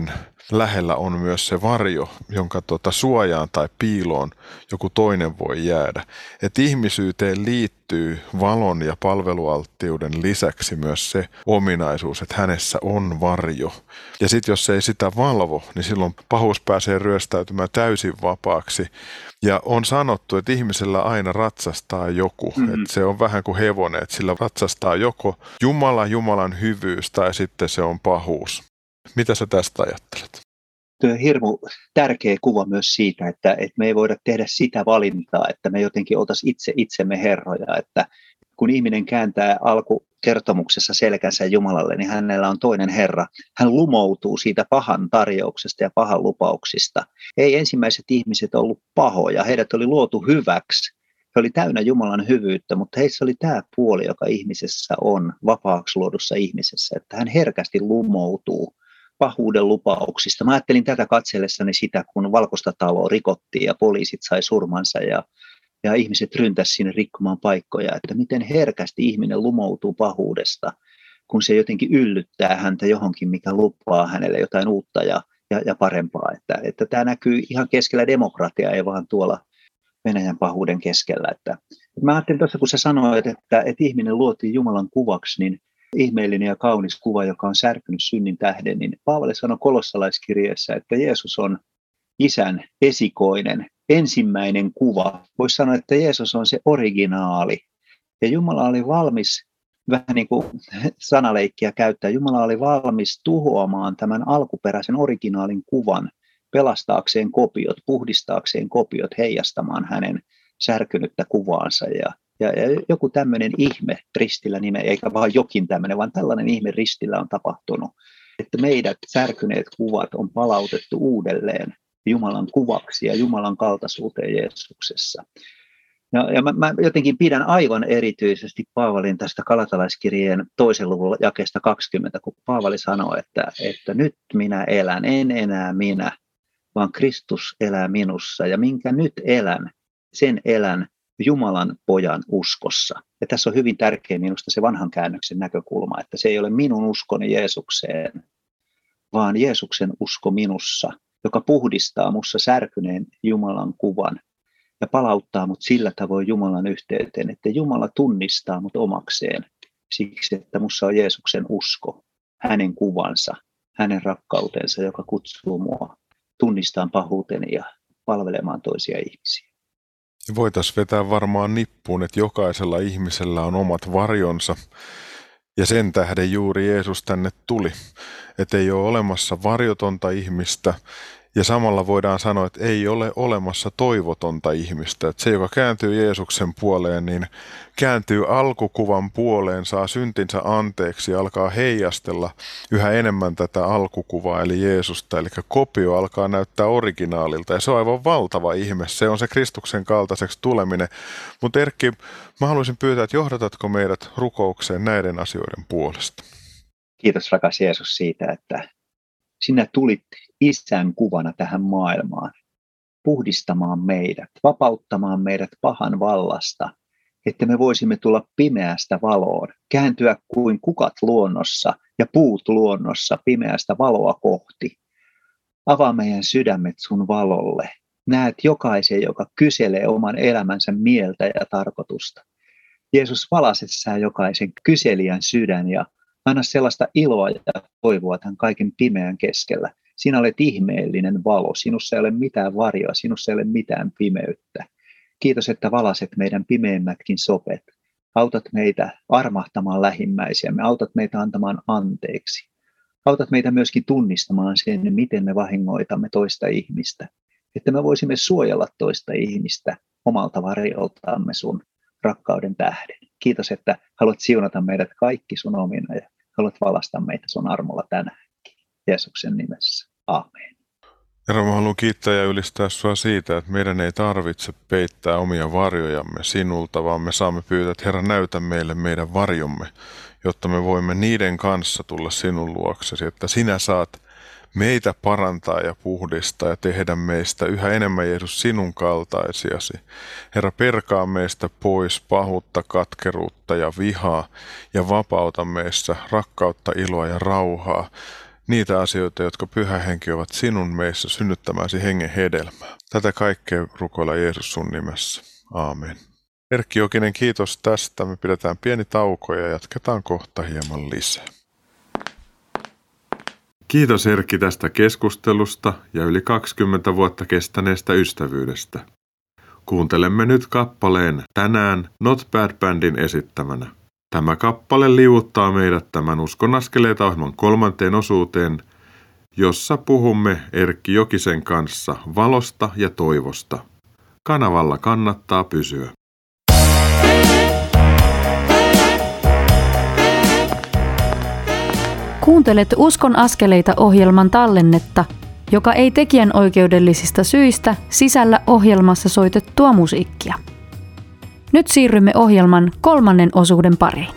lähellä on myös se varjo, jonka tuota suojaan tai piiloon joku toinen voi jäädä. Että ihmisyyteen liittyy valon ja palvelualttiuden lisäksi myös se ominaisuus, että hänessä on varjo. Ja sitten jos ei sitä valvo, niin silloin pahuus pääsee ryöstäytymään täysin vapaaksi. Ja on sanottu, että ihmisellä aina ratsastaa joku. Mm-hmm. Että se on vähän kuin hevonen, että sillä ratsastaa joko Jumala, Jumalan hyvyys tai sitten se on pahuus. Mitä sä tästä ajattelet? Tuo on hirmu tärkeä kuva myös siitä, että, että me ei voida tehdä sitä valintaa, että me jotenkin oltaisiin itse itsemme herroja. Että kun ihminen kääntää alkukertomuksessa selkänsä Jumalalle, niin hänellä on toinen Herra. Hän lumoutuu siitä pahan tarjouksesta ja pahan lupauksista. Ei ensimmäiset ihmiset ollut pahoja, heidät oli luotu hyväksi. He oli täynnä Jumalan hyvyyttä, mutta heissä oli tämä puoli, joka ihmisessä on, vapaaksi luodussa ihmisessä, että hän herkästi lumoutuu pahuuden lupauksista. Mä ajattelin tätä katsellessani sitä, kun Valkoista taloa rikottiin ja poliisit sai surmansa ja, ja ihmiset ryntäsivät sinne rikkomaan paikkoja, että miten herkästi ihminen lumoutuu pahuudesta, kun se jotenkin yllyttää häntä johonkin, mikä lupaa hänelle jotain uutta ja, ja, ja parempaa. Että, että tämä näkyy ihan keskellä demokratiaa, ei vaan tuolla Venäjän pahuuden keskellä. Että, mä ajattelin tuossa, kun sä sanoit, että, että ihminen luotiin Jumalan kuvaksi, niin ihmeellinen ja kaunis kuva, joka on särkynyt synnin tähden, niin Paavali sanoi kolossalaiskirjeessä, että Jeesus on Isän esikoinen, ensimmäinen kuva. Voisi sanoa, että Jeesus on se originaali. Ja Jumala oli valmis, vähän niin kuin sanaleikkiä käyttää, Jumala oli valmis tuhoamaan tämän alkuperäisen originaalin kuvan, pelastaakseen kopiot, puhdistaakseen kopiot, heijastamaan hänen särkynyttä kuvaansa. Ja Ja, ja joku tämmöinen ihme ristillä nime, eikä vaan jokin tämmöinen, vaan tällainen ihme ristillä on tapahtunut, että meidät särkyneet kuvat on palautettu uudelleen Jumalan kuvaksi ja Jumalan kaltaisuuteen Jeesuksessa. Ja, ja mä, mä jotenkin pidän aivan erityisesti Paavalin tästä Galatalaiskirjeen toisen luvun jakeesta kaksikymmentä, kun Paavali sanoo, että, että nyt minä elän, en enää minä, vaan Kristus elää minussa, ja minkä nyt elän, sen elän Jumalan pojan uskossa. Ja tässä on hyvin tärkeä minusta se vanhan käännöksen näkökulma, että se ei ole minun uskoni Jeesukseen, vaan Jeesuksen usko minussa, joka puhdistaa mussa särkyneen Jumalan kuvan ja palauttaa mut sillä tavoin Jumalan yhteyteen, että Jumala tunnistaa mut omakseen siksi, että mussa on Jeesuksen usko, hänen kuvansa, hänen rakkautensa, joka kutsuu mua tunnistamaan pahuuteni ja palvelemaan toisia ihmisiä. Voitaisiin vetää varmaan nippuun, että jokaisella ihmisellä on omat varjonsa ja sen tähden juuri Jeesus tänne tuli. Että ei ole olemassa varjotonta ihmistä ja samalla voidaan sanoa, että ei ole olemassa toivotonta ihmistä. Että se, joka kääntyy Jeesuksen puoleen, niin kääntyy alkukuvan puoleen, saa syntinsä anteeksi ja alkaa heijastella yhä enemmän tätä alkukuvaa eli Jeesusta. Eli kopio alkaa näyttää originaalilta ja se on aivan valtava ihme. Se on se Kristuksen kaltaiseksi tuleminen. Mutta Erkki, mä haluaisin pyytää, että johdatatko meidät rukoukseen näiden asioiden puolesta? Kiitos rakas Jeesus siitä, että sinä tulit Isän kuvana tähän maailmaan, puhdistamaan meidät, vapauttamaan meidät pahan vallasta, että me voisimme tulla pimeästä valoon, kääntyä kuin kukat luonnossa ja puut luonnossa pimeästä valoa kohti. Avaa meidän sydämet sun valolle. Näet jokaisen, joka kyselee oman elämänsä mieltä ja tarkoitusta. Jeesus, valaset sä jokaisen kyselijän sydän ja anna sellaista iloa ja toivoa tämän kaiken pimeän keskellä. Sinä olet ihmeellinen valo, sinussa ei ole mitään varjoa, sinussa ei ole mitään pimeyttä. Kiitos, että valaset meidän pimeimmätkin sopet. Autat meitä armahtamaan lähimmäisiämme, autat meitä antamaan anteeksi. Autat meitä myöskin tunnistamaan sen, miten me vahingoitamme toista ihmistä. Että me voisimme suojella toista ihmistä omalta varjoltaamme sun rakkauden tähden. Kiitos, että haluat siunata meidät kaikki sun omina ja haluat valastaa meitä sun armolla tänäänkin. Jeesuksen nimessä. Aamen. Herra, mä haluan kiittää ja ylistää sua siitä, että meidän ei tarvitse peittää omia varjojamme sinulta, vaan me saamme pyytää, että Herra, näytä meille meidän varjomme, jotta me voimme niiden kanssa tulla sinun luoksesi, että sinä saat meitä parantaa ja puhdistaa ja tehdä meistä yhä enemmän, Jeesus, sinun kaltaisiasi. Herra, perkaa meistä pois pahuutta, katkeruutta ja vihaa ja vapauta meissä rakkautta, iloa ja rauhaa. niitä asioita, jotka Pyhä Henki ovat sinun meissä synnyttämäsi hengen hedelmää. Tätä kaikkea rukoilla Jeesus sun nimessä. Aamen. Erkki Jokinen, kiitos tästä. Me pidetään pieni tauko ja jatketaan kohta hieman lisää. Kiitos Erkki tästä keskustelusta ja yli kaksikymmentä vuotta kestäneestä ystävyydestä. Kuuntelemme nyt kappaleen tänään Not Bad Bandin esittämänä. Tämä kappale liuuttaa meidät tämän Uskon askeleita -ohjelman kolmanteen osuuteen, jossa puhumme Erkki Jokisen kanssa valosta ja toivosta. Kanavalla kannattaa pysyä. Kuuntelet Uskon askeleita -ohjelman tallennetta, joka ei tekijän oikeudellisista syistä sisällä ohjelmassa soitettua musiikkia. Nyt siirrymme ohjelman kolmannen osuuden pariin.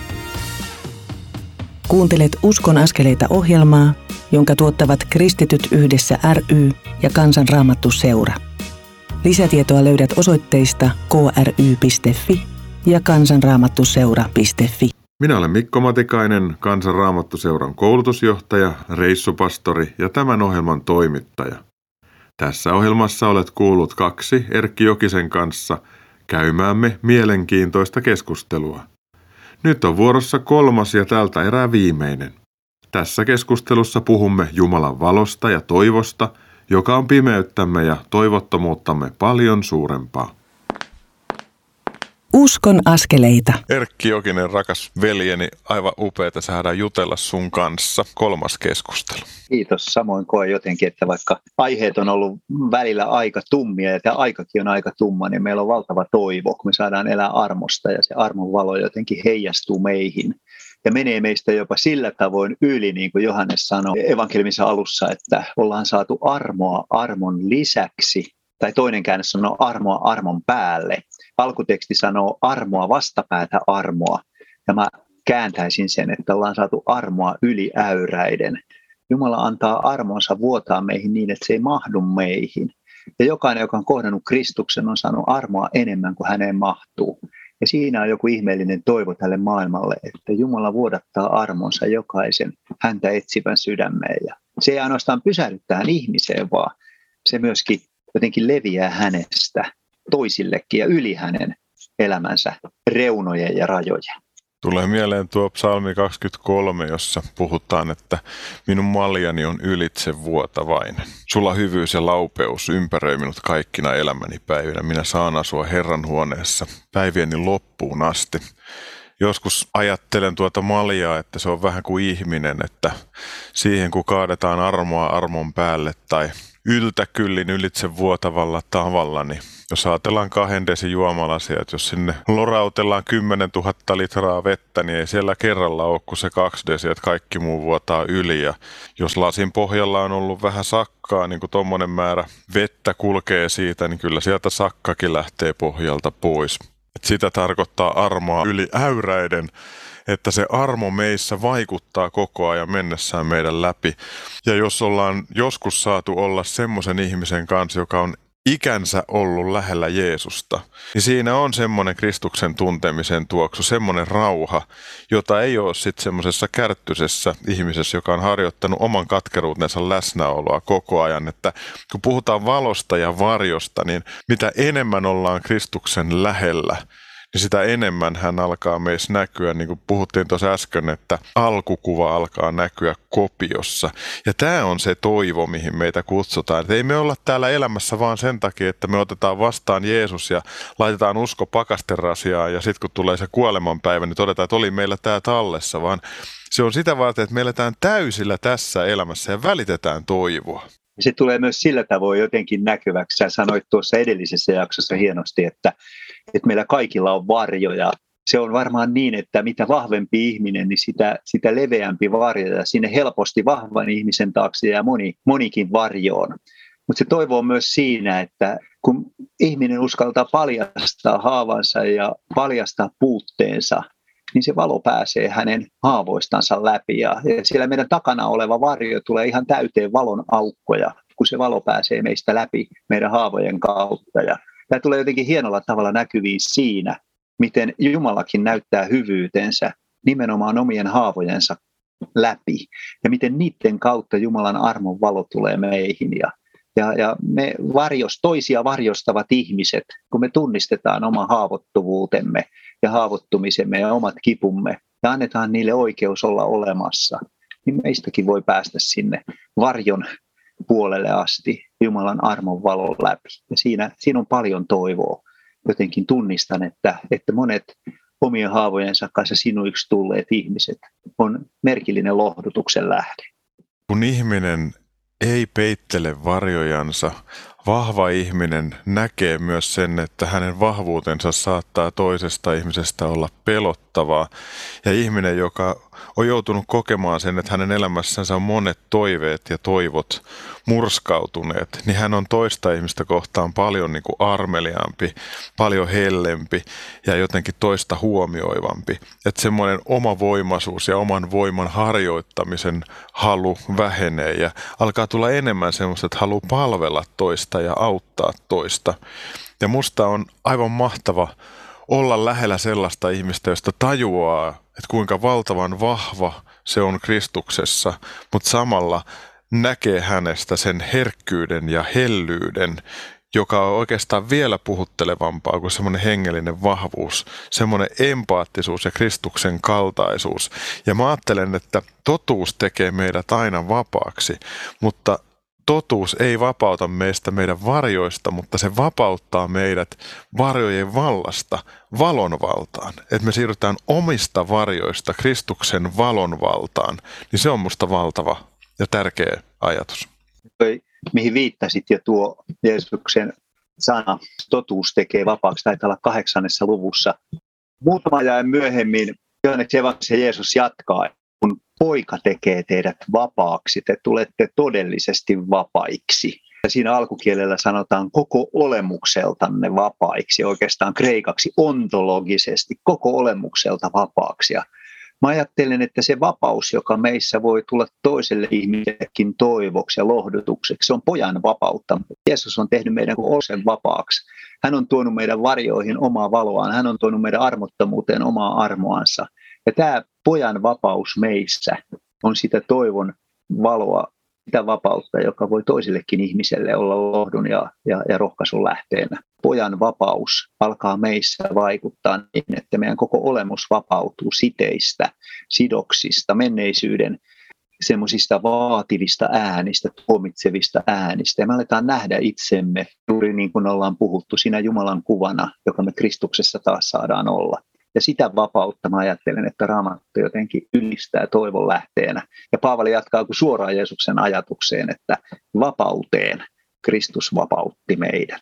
Kuuntelet Uskon askeleita -ohjelmaa, jonka tuottavat Kristityt yhdessä ry ja Kansan Raamattu Seura. Lisätietoa löydät osoitteista k r y piste f i ja kansanraamattuseura piste f i. Minä olen Mikko Matikainen, Kansan Raamattuseuran koulutusjohtaja, reissupastori ja tämän ohjelman toimittaja. Tässä ohjelmassa olet kuullut kaksi Erkki Jokisen kanssa käymäämme mielenkiintoista keskustelua. Nyt on vuorossa kolmas ja tältä erää viimeinen. Tässä keskustelussa puhumme Jumalan valosta ja toivosta, joka on pimeyttämme ja toivottomuuttamme paljon suurempaa. Uskon askeleita. Erkki Jokinen, rakas veljeni, aivan upeata saada jutella sun kanssa. Kolmas keskustelu. Kiitos. Samoin koen jotenkin, että vaikka aiheet on ollut välillä aika tummia ja tämä aikakin on aika tumma, niin meillä on valtava toivo, kun me saadaan elää armosta ja se armon valo jotenkin heijastuu meihin. Ja menee meistä jopa sillä tavoin yli, niin kuin Johannes sanoi evankeliumissa alussa, että ollaan saatu armoa armon lisäksi. Tai toinen käännös sanoo armoa armon päälle. Alkuteksti sanoo armoa vastapäätä armoa. Ja mä kääntäisin sen, että ollaan saatu armoa yli äyräiden. Jumala antaa armonsa vuotaa meihin niin, että se ei mahdu meihin. Ja jokainen, joka on kohdannut Kristuksen, on saanut armoa enemmän kuin häneen mahtuu. Ja siinä on joku ihmeellinen toivo tälle maailmalle, että Jumala vuodattaa armonsa jokaisen häntä etsivän sydämeen. Ja se ei ainoastaan pysähdy tähän ihmiseen, vaan se myöskin jotenkin leviää hänestä toisillekin ja yli hänen elämänsä reunojen ja rajojen. Tulee mieleen tuo psalmi kaksikymmentäkolme, jossa puhutaan, että minun maljani on ylitse vuotavainen. Sulla hyvyys ja laupeus ympäröi minut kaikkina elämäni päivinä. Minä saan asua Herran huoneessa päivieni loppuun asti. Joskus ajattelen tuota maljaa, että se on vähän kuin ihminen, että siihen kun kaadetaan armoa armon päälle tai yltäkyllin ylitse vuotavalla tavalla, niin jos ajatellaan kahden desin juomalasia, että jos sinne lorautellaan kymmenen tuhatta litraa vettä, niin ei siellä kerralla ole kuin se kaksi desiä, että kaikki muu vuotaa yli. Ja jos lasin pohjalla on ollut vähän sakkaa, niin kuin tommonen määrä vettä kulkee siitä, niin kyllä sieltä sakkakin lähtee pohjalta pois. Et sitä tarkoittaa armoa yli äyräiden, että se armo meissä vaikuttaa koko ajan mennessään meidän läpi. Ja jos ollaan joskus saatu olla semmoisen ihmisen kanssa, joka on ikänsä ollut lähellä Jeesusta, niin siinä on semmoinen Kristuksen tuntemisen tuoksu, semmoinen rauha, jota ei ole sitten semmoisessa kärttysessä ihmisessä, joka on harjoittanut oman katkeruutensa läsnäoloa koko ajan. Että kun puhutaan valosta ja varjosta, niin mitä enemmän ollaan Kristuksen lähellä, niin sitä enemmän hän alkaa meissä näkyä, niin kuin puhuttiin tuossa äsken, että alkukuva alkaa näkyä kopiossa. Ja tämä on se toivo, mihin meitä kutsutaan. Että ei me olla täällä elämässä vaan sen takia, että me otetaan vastaan Jeesus ja laitetaan usko pakasterasiaan ja sitten kun tulee se kuolemanpäivä, niin todetaan, että oli meillä tämä tallessa, vaan se on sitä varten, että me eletään täysillä tässä elämässä ja välitetään toivoa. Se tulee myös sillä tavoin jotenkin näkyväksi. Sä sanoit tuossa edellisessä jaksossa hienosti, että, että meillä kaikilla on varjoja. Se on varmaan niin, että mitä vahvempi ihminen, niin sitä, sitä leveämpi varjo ja sinne helposti vahvan ihmisen taakse ja moni, monikin varjoon. Mutta se toivo on myös siinä, että kun ihminen uskaltaa paljastaa haavansa ja paljastaa puutteensa, niin se valo pääsee hänen haavoistansa läpi. Ja siellä meidän takana oleva varjo tulee ihan täyteen valon aukkoja, kun se valo pääsee meistä läpi meidän haavojen kautta. Ja tämä tulee jotenkin hienolla tavalla näkyviin siinä, miten Jumalakin näyttää hyvyytensä nimenomaan omien haavojensa läpi ja miten niiden kautta Jumalan armon valo tulee meihin. Ja, ja, ja me varjos, toisia varjostavat ihmiset, kun me tunnistetaan oma haavoittuvuutemme ja haavoittumisemme ja omat kipumme ja annetaan niille oikeus olla olemassa, niin meistäkin voi päästä sinne varjon puolelle asti Jumalan armon valon läpi. Ja siinä, siinä on paljon toivoa. Jotenkin tunnistan, että, että monet omien haavojensa kanssa sinuiksi tulleet ihmiset on merkillinen lohdutuksen lähde. Kun ihminen ei peittele varjojansa, vahva ihminen näkee myös sen, että hänen vahvuutensa saattaa toisesta ihmisestä olla pelottavaa. Ja ihminen, joka on joutunut kokemaan sen, että hänen elämässänsä on monet toiveet ja toivot murskautuneet, niin hän on toista ihmistä kohtaan paljon niin kuin armeliaampi, paljon hellempi ja jotenkin toista huomioivampi. Että semmoinen omavoimaisuus ja oman voiman harjoittamisen halu vähenee ja alkaa tulla enemmän semmoista, että haluaa palvella toista ja auttaa toista. Ja musta on aivan mahtava olla lähellä sellaista ihmistä, josta tajuaa, että kuinka valtavan vahva se on Kristuksessa, mutta samalla näkee hänestä sen herkkyyden ja hellyyden, joka on oikeastaan vielä puhuttelevampaa kuin semmoinen hengellinen vahvuus, semmoinen empaattisuus ja Kristuksen kaltaisuus. Ja mä ajattelen, että totuus tekee meidät aina vapaaksi, mutta totuus ei vapauta meistä meidän varjoista, mutta se vapauttaa meidät varjojen vallasta valon valtaan. Että me siirrytään omista varjoista Kristuksen valon valtaan, niin se on musta valtava ja tärkeä ajatus. Toi, mihin viittasit jo tuo Jeesuksen sana, totuus tekee vapaaksi, taitaa olla kahdeksannessa luvussa. Muutama ajan myöhemmin Johannes evankeliumissa Jeesus jatkaa, kun poika tekee teidät vapaaksi, te tulette todellisesti vapaiksi. Ja siinä alkukielellä sanotaan koko olemukseltanne vapaiksi, oikeastaan kreikaksi ontologisesti, koko olemukselta vapaaksi. Ja mä ajattelen, että se vapaus, joka meissä voi tulla toiselle ihmisellekin toivoksi ja lohdutukseksi, se on pojan vapautta. Jeesus on tehnyt meidän osen vapaaksi. Hän on tuonut meidän varjoihin omaa valoaan, hän on tuonut meidän armottomuuteen omaa armoansa. Ja tämä pojan vapaus meissä on sitä toivon valoa, sitä vapautta, joka voi toisillekin ihmiselle olla lohdun ja, ja, ja rohkaisun lähteenä. Pojan vapaus alkaa meissä vaikuttaa niin, että meidän koko olemus vapautuu siteistä, sidoksista, menneisyyden semmoisista vaativista äänistä, tuomitsevista äänistä. Ja me aletaan nähdä itsemme juuri niin kuin ollaan puhuttu siinä Jumalan kuvana, joka me Kristuksessa taas saadaan olla. Ja sitä vapautta mä ajattelen, että Raamattu jotenkin ylistää toivon lähteenä. Ja Paavali jatkaa kuin suoraan Jeesuksen ajatukseen, että vapauteen Kristus vapautti meidät.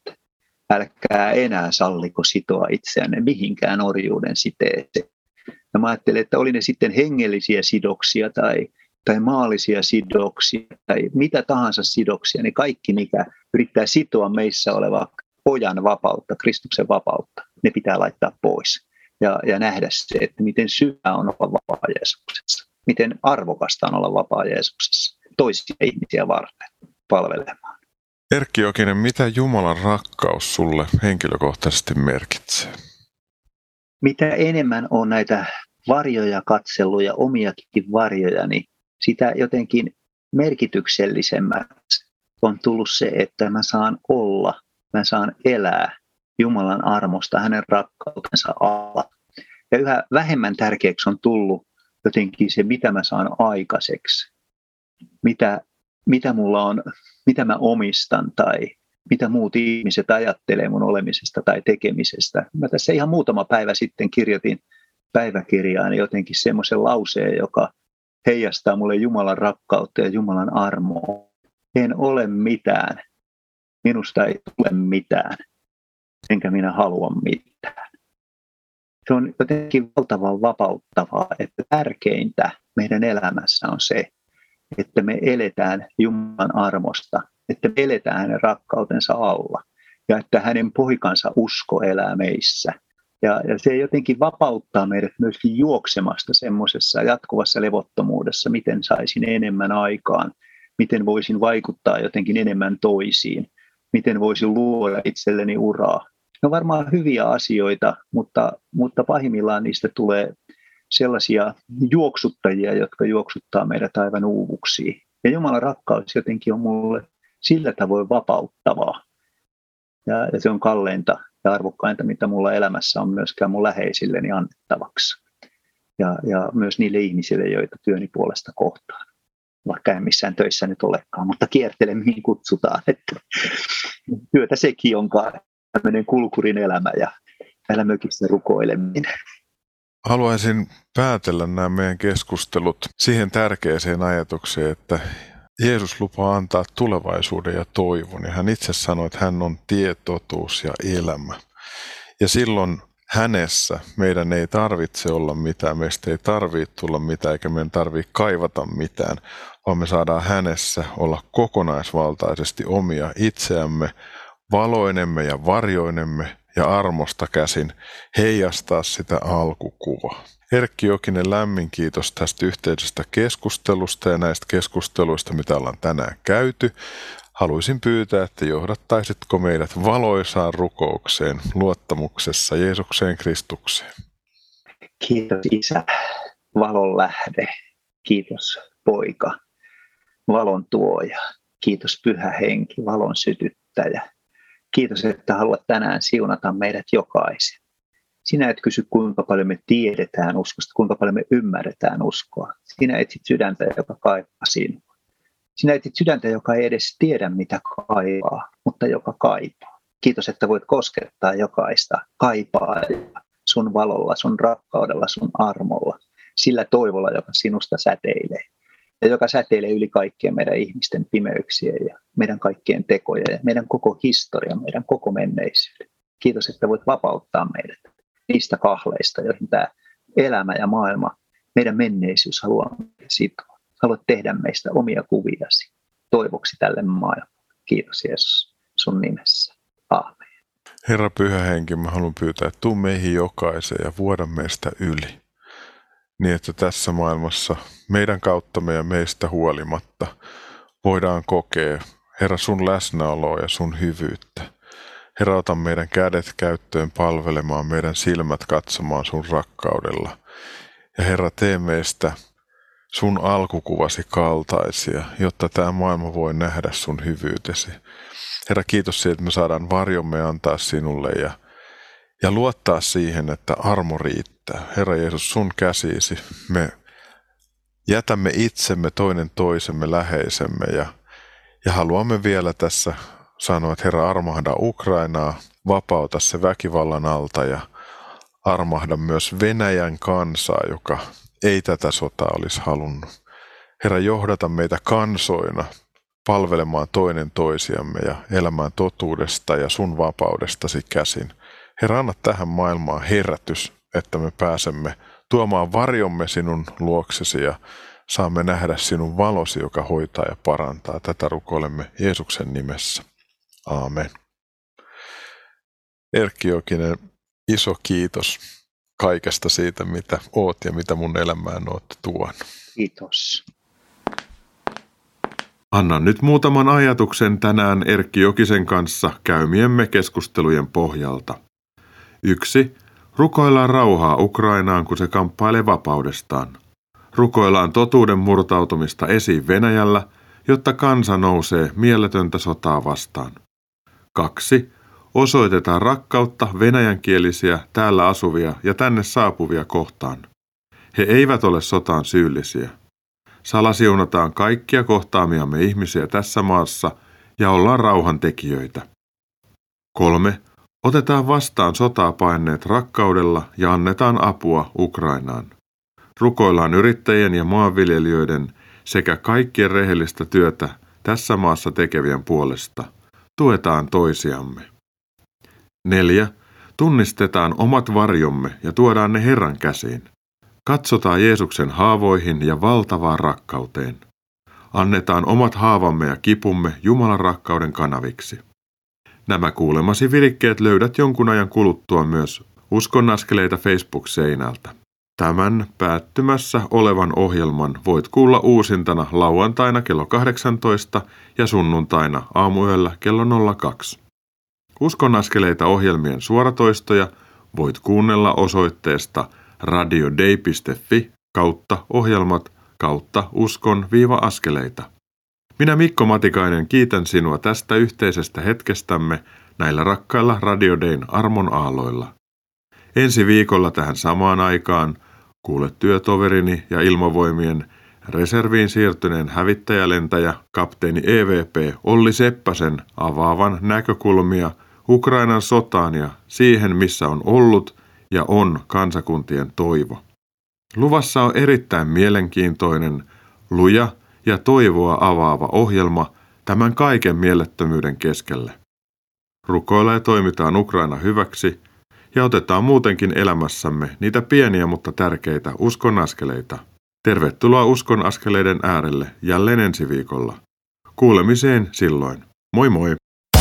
Älkää enää salliko sitoa itseänne mihinkään orjuuden siteeseen. Ja mä ajattelen, että oli ne sitten hengellisiä sidoksia tai, tai maallisia sidoksia tai mitä tahansa sidoksia, niin kaikki mikä yrittää sitoa meissä olevaa pojan vapautta, Kristuksen vapautta, ne pitää laittaa pois. Ja, ja nähdä se, että miten syvä on olla vapaa Jeesuksessa. Miten arvokasta on olla vapaa Jeesuksessa. Toisia ihmisiä varten palvelemaan. Erkki Jokinen, mitä Jumalan rakkaus sulle henkilökohtaisesti merkitsee? Mitä enemmän on näitä varjoja katsellut ja omiakin varjoja, niin sitä jotenkin merkityksellisemmäksi on tullut se, että mä saan olla, mä saan elää Jumalan armosta, hänen rakkautensa alla. Ja yhä vähemmän tärkeäksi on tullut jotenkin se, mitä mä saan aikaiseksi, mitä, mitä mulla on, mitä mä omistan tai mitä muut ihmiset ajattelee mun olemisesta tai tekemisestä. Mä tässä ihan muutama päivä sitten kirjoitin päiväkirjaan jotenkin semmoisen lauseen, joka heijastaa mulle Jumalan rakkautta ja Jumalan armoa. En ole mitään, minusta ei tule mitään. Enkä minä halua mitään. Se on jotenkin valtavan vapauttavaa, että tärkeintä meidän elämässä on se, että me eletään Jumalan armosta, että me eletään hänen rakkautensa alla ja että hänen poikansa usko elää meissä. Ja, ja se jotenkin vapauttaa meidät myöskin juoksemasta semmoisessa jatkuvassa levottomuudessa, miten saisin enemmän aikaan, miten voisin vaikuttaa jotenkin enemmän toisiin, miten voisin luoda itselleni uraa. Ne on varmaan hyviä asioita, mutta, mutta pahimmillaan niistä tulee sellaisia juoksuttajia, jotka juoksuttaa meidät aivan uuvuksiin. Ja Jumalan rakkaus jotenkin on mulle sillä tavoin vapauttavaa. Ja, ja se on kalleinta ja arvokkainta, mitä mulla elämässä on myöskään mun läheisilleni annettavaksi. Ja, ja myös niille ihmisille, joita työni puolesta kohtaan. Vaikka en missään töissä nyt olekaan, mutta kiertele mihin kutsutaan. Että työtä sekin onkaan tämmöinen kulkurin elämä ja täällä mökissä rukoileminen. Haluaisin päätellä nämä meidän keskustelut siihen tärkeäseen ajatukseen, että Jeesus lupaa antaa tulevaisuuden ja toivon. Ja hän itse sanoi, että hän on tie, totuus ja elämä. Ja silloin hänessä meidän ei tarvitse olla mitään, meistä ei tarvitse tulla mitään, eikä meidän tarvitse kaivata mitään, vaan me saadaan hänessä olla kokonaisvaltaisesti omia itseämme, valoinemme ja varjoinemme ja armosta käsin heijastaa sitä alkukuvaa. Erkki Jokinen, lämmin kiitos tästä yhteisestä keskustelusta ja näistä keskusteluista, mitä ollaan tänään käyty. Haluaisin pyytää, että johdattaisitko meidät valoisaan rukoukseen luottamuksessa Jeesukseen Kristukseen. Kiitos Isä, valon lähde. Kiitos Poika, valon tuoja. Kiitos Pyhä Henki, valon sytyttäjä. Kiitos, että haluat tänään siunata meidät jokaisen. Sinä et kysy, kuinka paljon me tiedetään uskosta, kuinka paljon me ymmärretään uskoa. Sinä etsit sydäntä, joka kaipaa sinua. Sinä etsit sydäntä, joka ei edes tiedä, mitä kaipaa, mutta joka kaipaa. Kiitos, että voit koskettaa jokaista kaipaa sun valolla, sun rakkaudella, sun armolla, sillä toivolla, joka sinusta säteilee. Ja joka säteilee yli kaikkien meidän ihmisten pimeyksiä ja meidän kaikkien tekoja ja meidän koko historia, meidän koko menneisyyden. Kiitos, että voit vapauttaa meidät niistä kahleista, joihin tämä elämä ja maailma, meidän menneisyys haluaa sitoa. Haluat tehdä meistä omia kuviasi toivoksi tälle maailmalle. Kiitos Jeesus sun nimessä. Aamen. Herra Pyhä Henki, mä haluan pyytää, että tuu meihin jokaiseen ja vuoda meistä yli. Niin, että tässä maailmassa meidän kauttamme ja meistä huolimatta voidaan kokea, Herra, sun läsnäoloa ja sun hyvyyttä. Herra, ota meidän kädet käyttöön palvelemaan, meidän silmät katsomaan sun rakkaudella. Ja Herra, tee meistä sun alkukuvasi kaltaisia, jotta tämä maailma voi nähdä sun hyvyytesi. Herra, kiitos siitä, että me saadaan varjomme antaa sinulle ja, ja luottaa siihen, että armo riittää. Herra Jeesus, sun käsisi me jätämme itsemme toinen toisemme läheisemme ja, ja haluamme vielä tässä sanoa, että Herra, armahda Ukrainaa, vapauta se väkivallan alta ja armahda myös Venäjän kansaa, joka ei tätä sotaa olisi halunnut. Herra, johdata meitä kansoina palvelemaan toinen toisiamme ja elämään totuudesta ja sun vapaudestasi käsin. Herra, anna tähän maailmaan herätys, että me pääsemme tuomaan varjomme sinun luoksesi ja saamme nähdä sinun valosi, joka hoitaa ja parantaa. Tätä rukoilemme Jeesuksen nimessä. Aamen. Erkki Jokinen, iso kiitos kaikesta siitä, mitä oot ja mitä mun elämään oot tuonut. Kiitos. Annan nyt muutaman ajatuksen tänään Erkki Jokisen kanssa käymiemme keskustelujen pohjalta. Yksi. Rukoillaan rauhaa Ukrainaan, kun se kamppailee vapaudestaan. Rukoillaan totuuden murtautumista esiin Venäjällä, jotta kansa nousee mieletöntä sotaa vastaan. Kaksi. Osoitetaan rakkautta venäjänkielisiä täällä asuvia ja tänne saapuvia kohtaan. He eivät ole sotaan syyllisiä. Salasiunataan kaikkia kohtaamiamme ihmisiä tässä maassa ja ollaan rauhantekijöitä. Kolme. Otetaan vastaan sotaa paineet rakkaudella ja annetaan apua Ukrainaan. Rukoillaan yrittäjien ja maanviljelijöiden sekä kaikkien rehellistä työtä tässä maassa tekevien puolesta. Tuetaan toisiamme. Neljä. Tunnistetaan omat varjomme ja tuodaan ne Herran käsiin. Katsotaan Jeesuksen haavoihin ja valtavaan rakkauteen. Annetaan omat haavamme ja kipumme Jumalan rakkauden kanaviksi. Nämä kuulemasi virikkeet löydät jonkun ajan kuluttua myös Uskon askeleita Facebook-seinältä. Tämän päättymässä olevan ohjelman voit kuulla uusintana lauantaina kello kahdeksantoista ja sunnuntaina aamuyöllä kello nolla kaksi. Uskon askeleita ohjelmien suoratoistoja voit kuunnella osoitteesta radiodei piste fi kautta ohjelmat kautta uskon viiva askeleita. Minä Mikko Matikainen kiitän sinua tästä yhteisestä hetkestämme näillä rakkailla Radiodein armon aalloilla. Ensi viikolla tähän samaan aikaan kuulet työtoverini ja ilmavoimien reserviin siirtyneen hävittäjälentäjä kapteeni E V P Olli Seppäsen avaavan näkökulmia Ukrainan sotaan ja siihen, missä on ollut ja on kansakuntien toivo. Luvassa on erittäin mielenkiintoinen, luja ja toivoa avaava ohjelma tämän kaiken mielettömyyden keskelle. Rukoilla ja toimitaan Ukraina hyväksi ja otetaan muutenkin elämässämme niitä pieniä, mutta tärkeitä uskon askeleita. Tervetuloa uskon askeleiden äärelle jälleen ensi viikolla. Kuulemiseen silloin. Moi moi!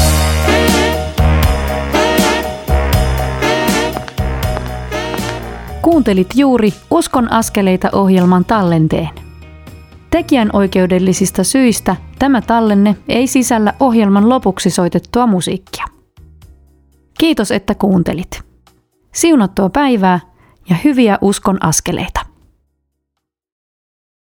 Kuuntelit juuri Uskon askeleita -ohjelman tallenteen. Tekijän oikeudellisista syistä tämä tallenne ei sisällä ohjelman lopuksi soitettua musiikkia. Kiitos, että kuuntelit. Siunattua päivää ja hyviä uskon askeleita.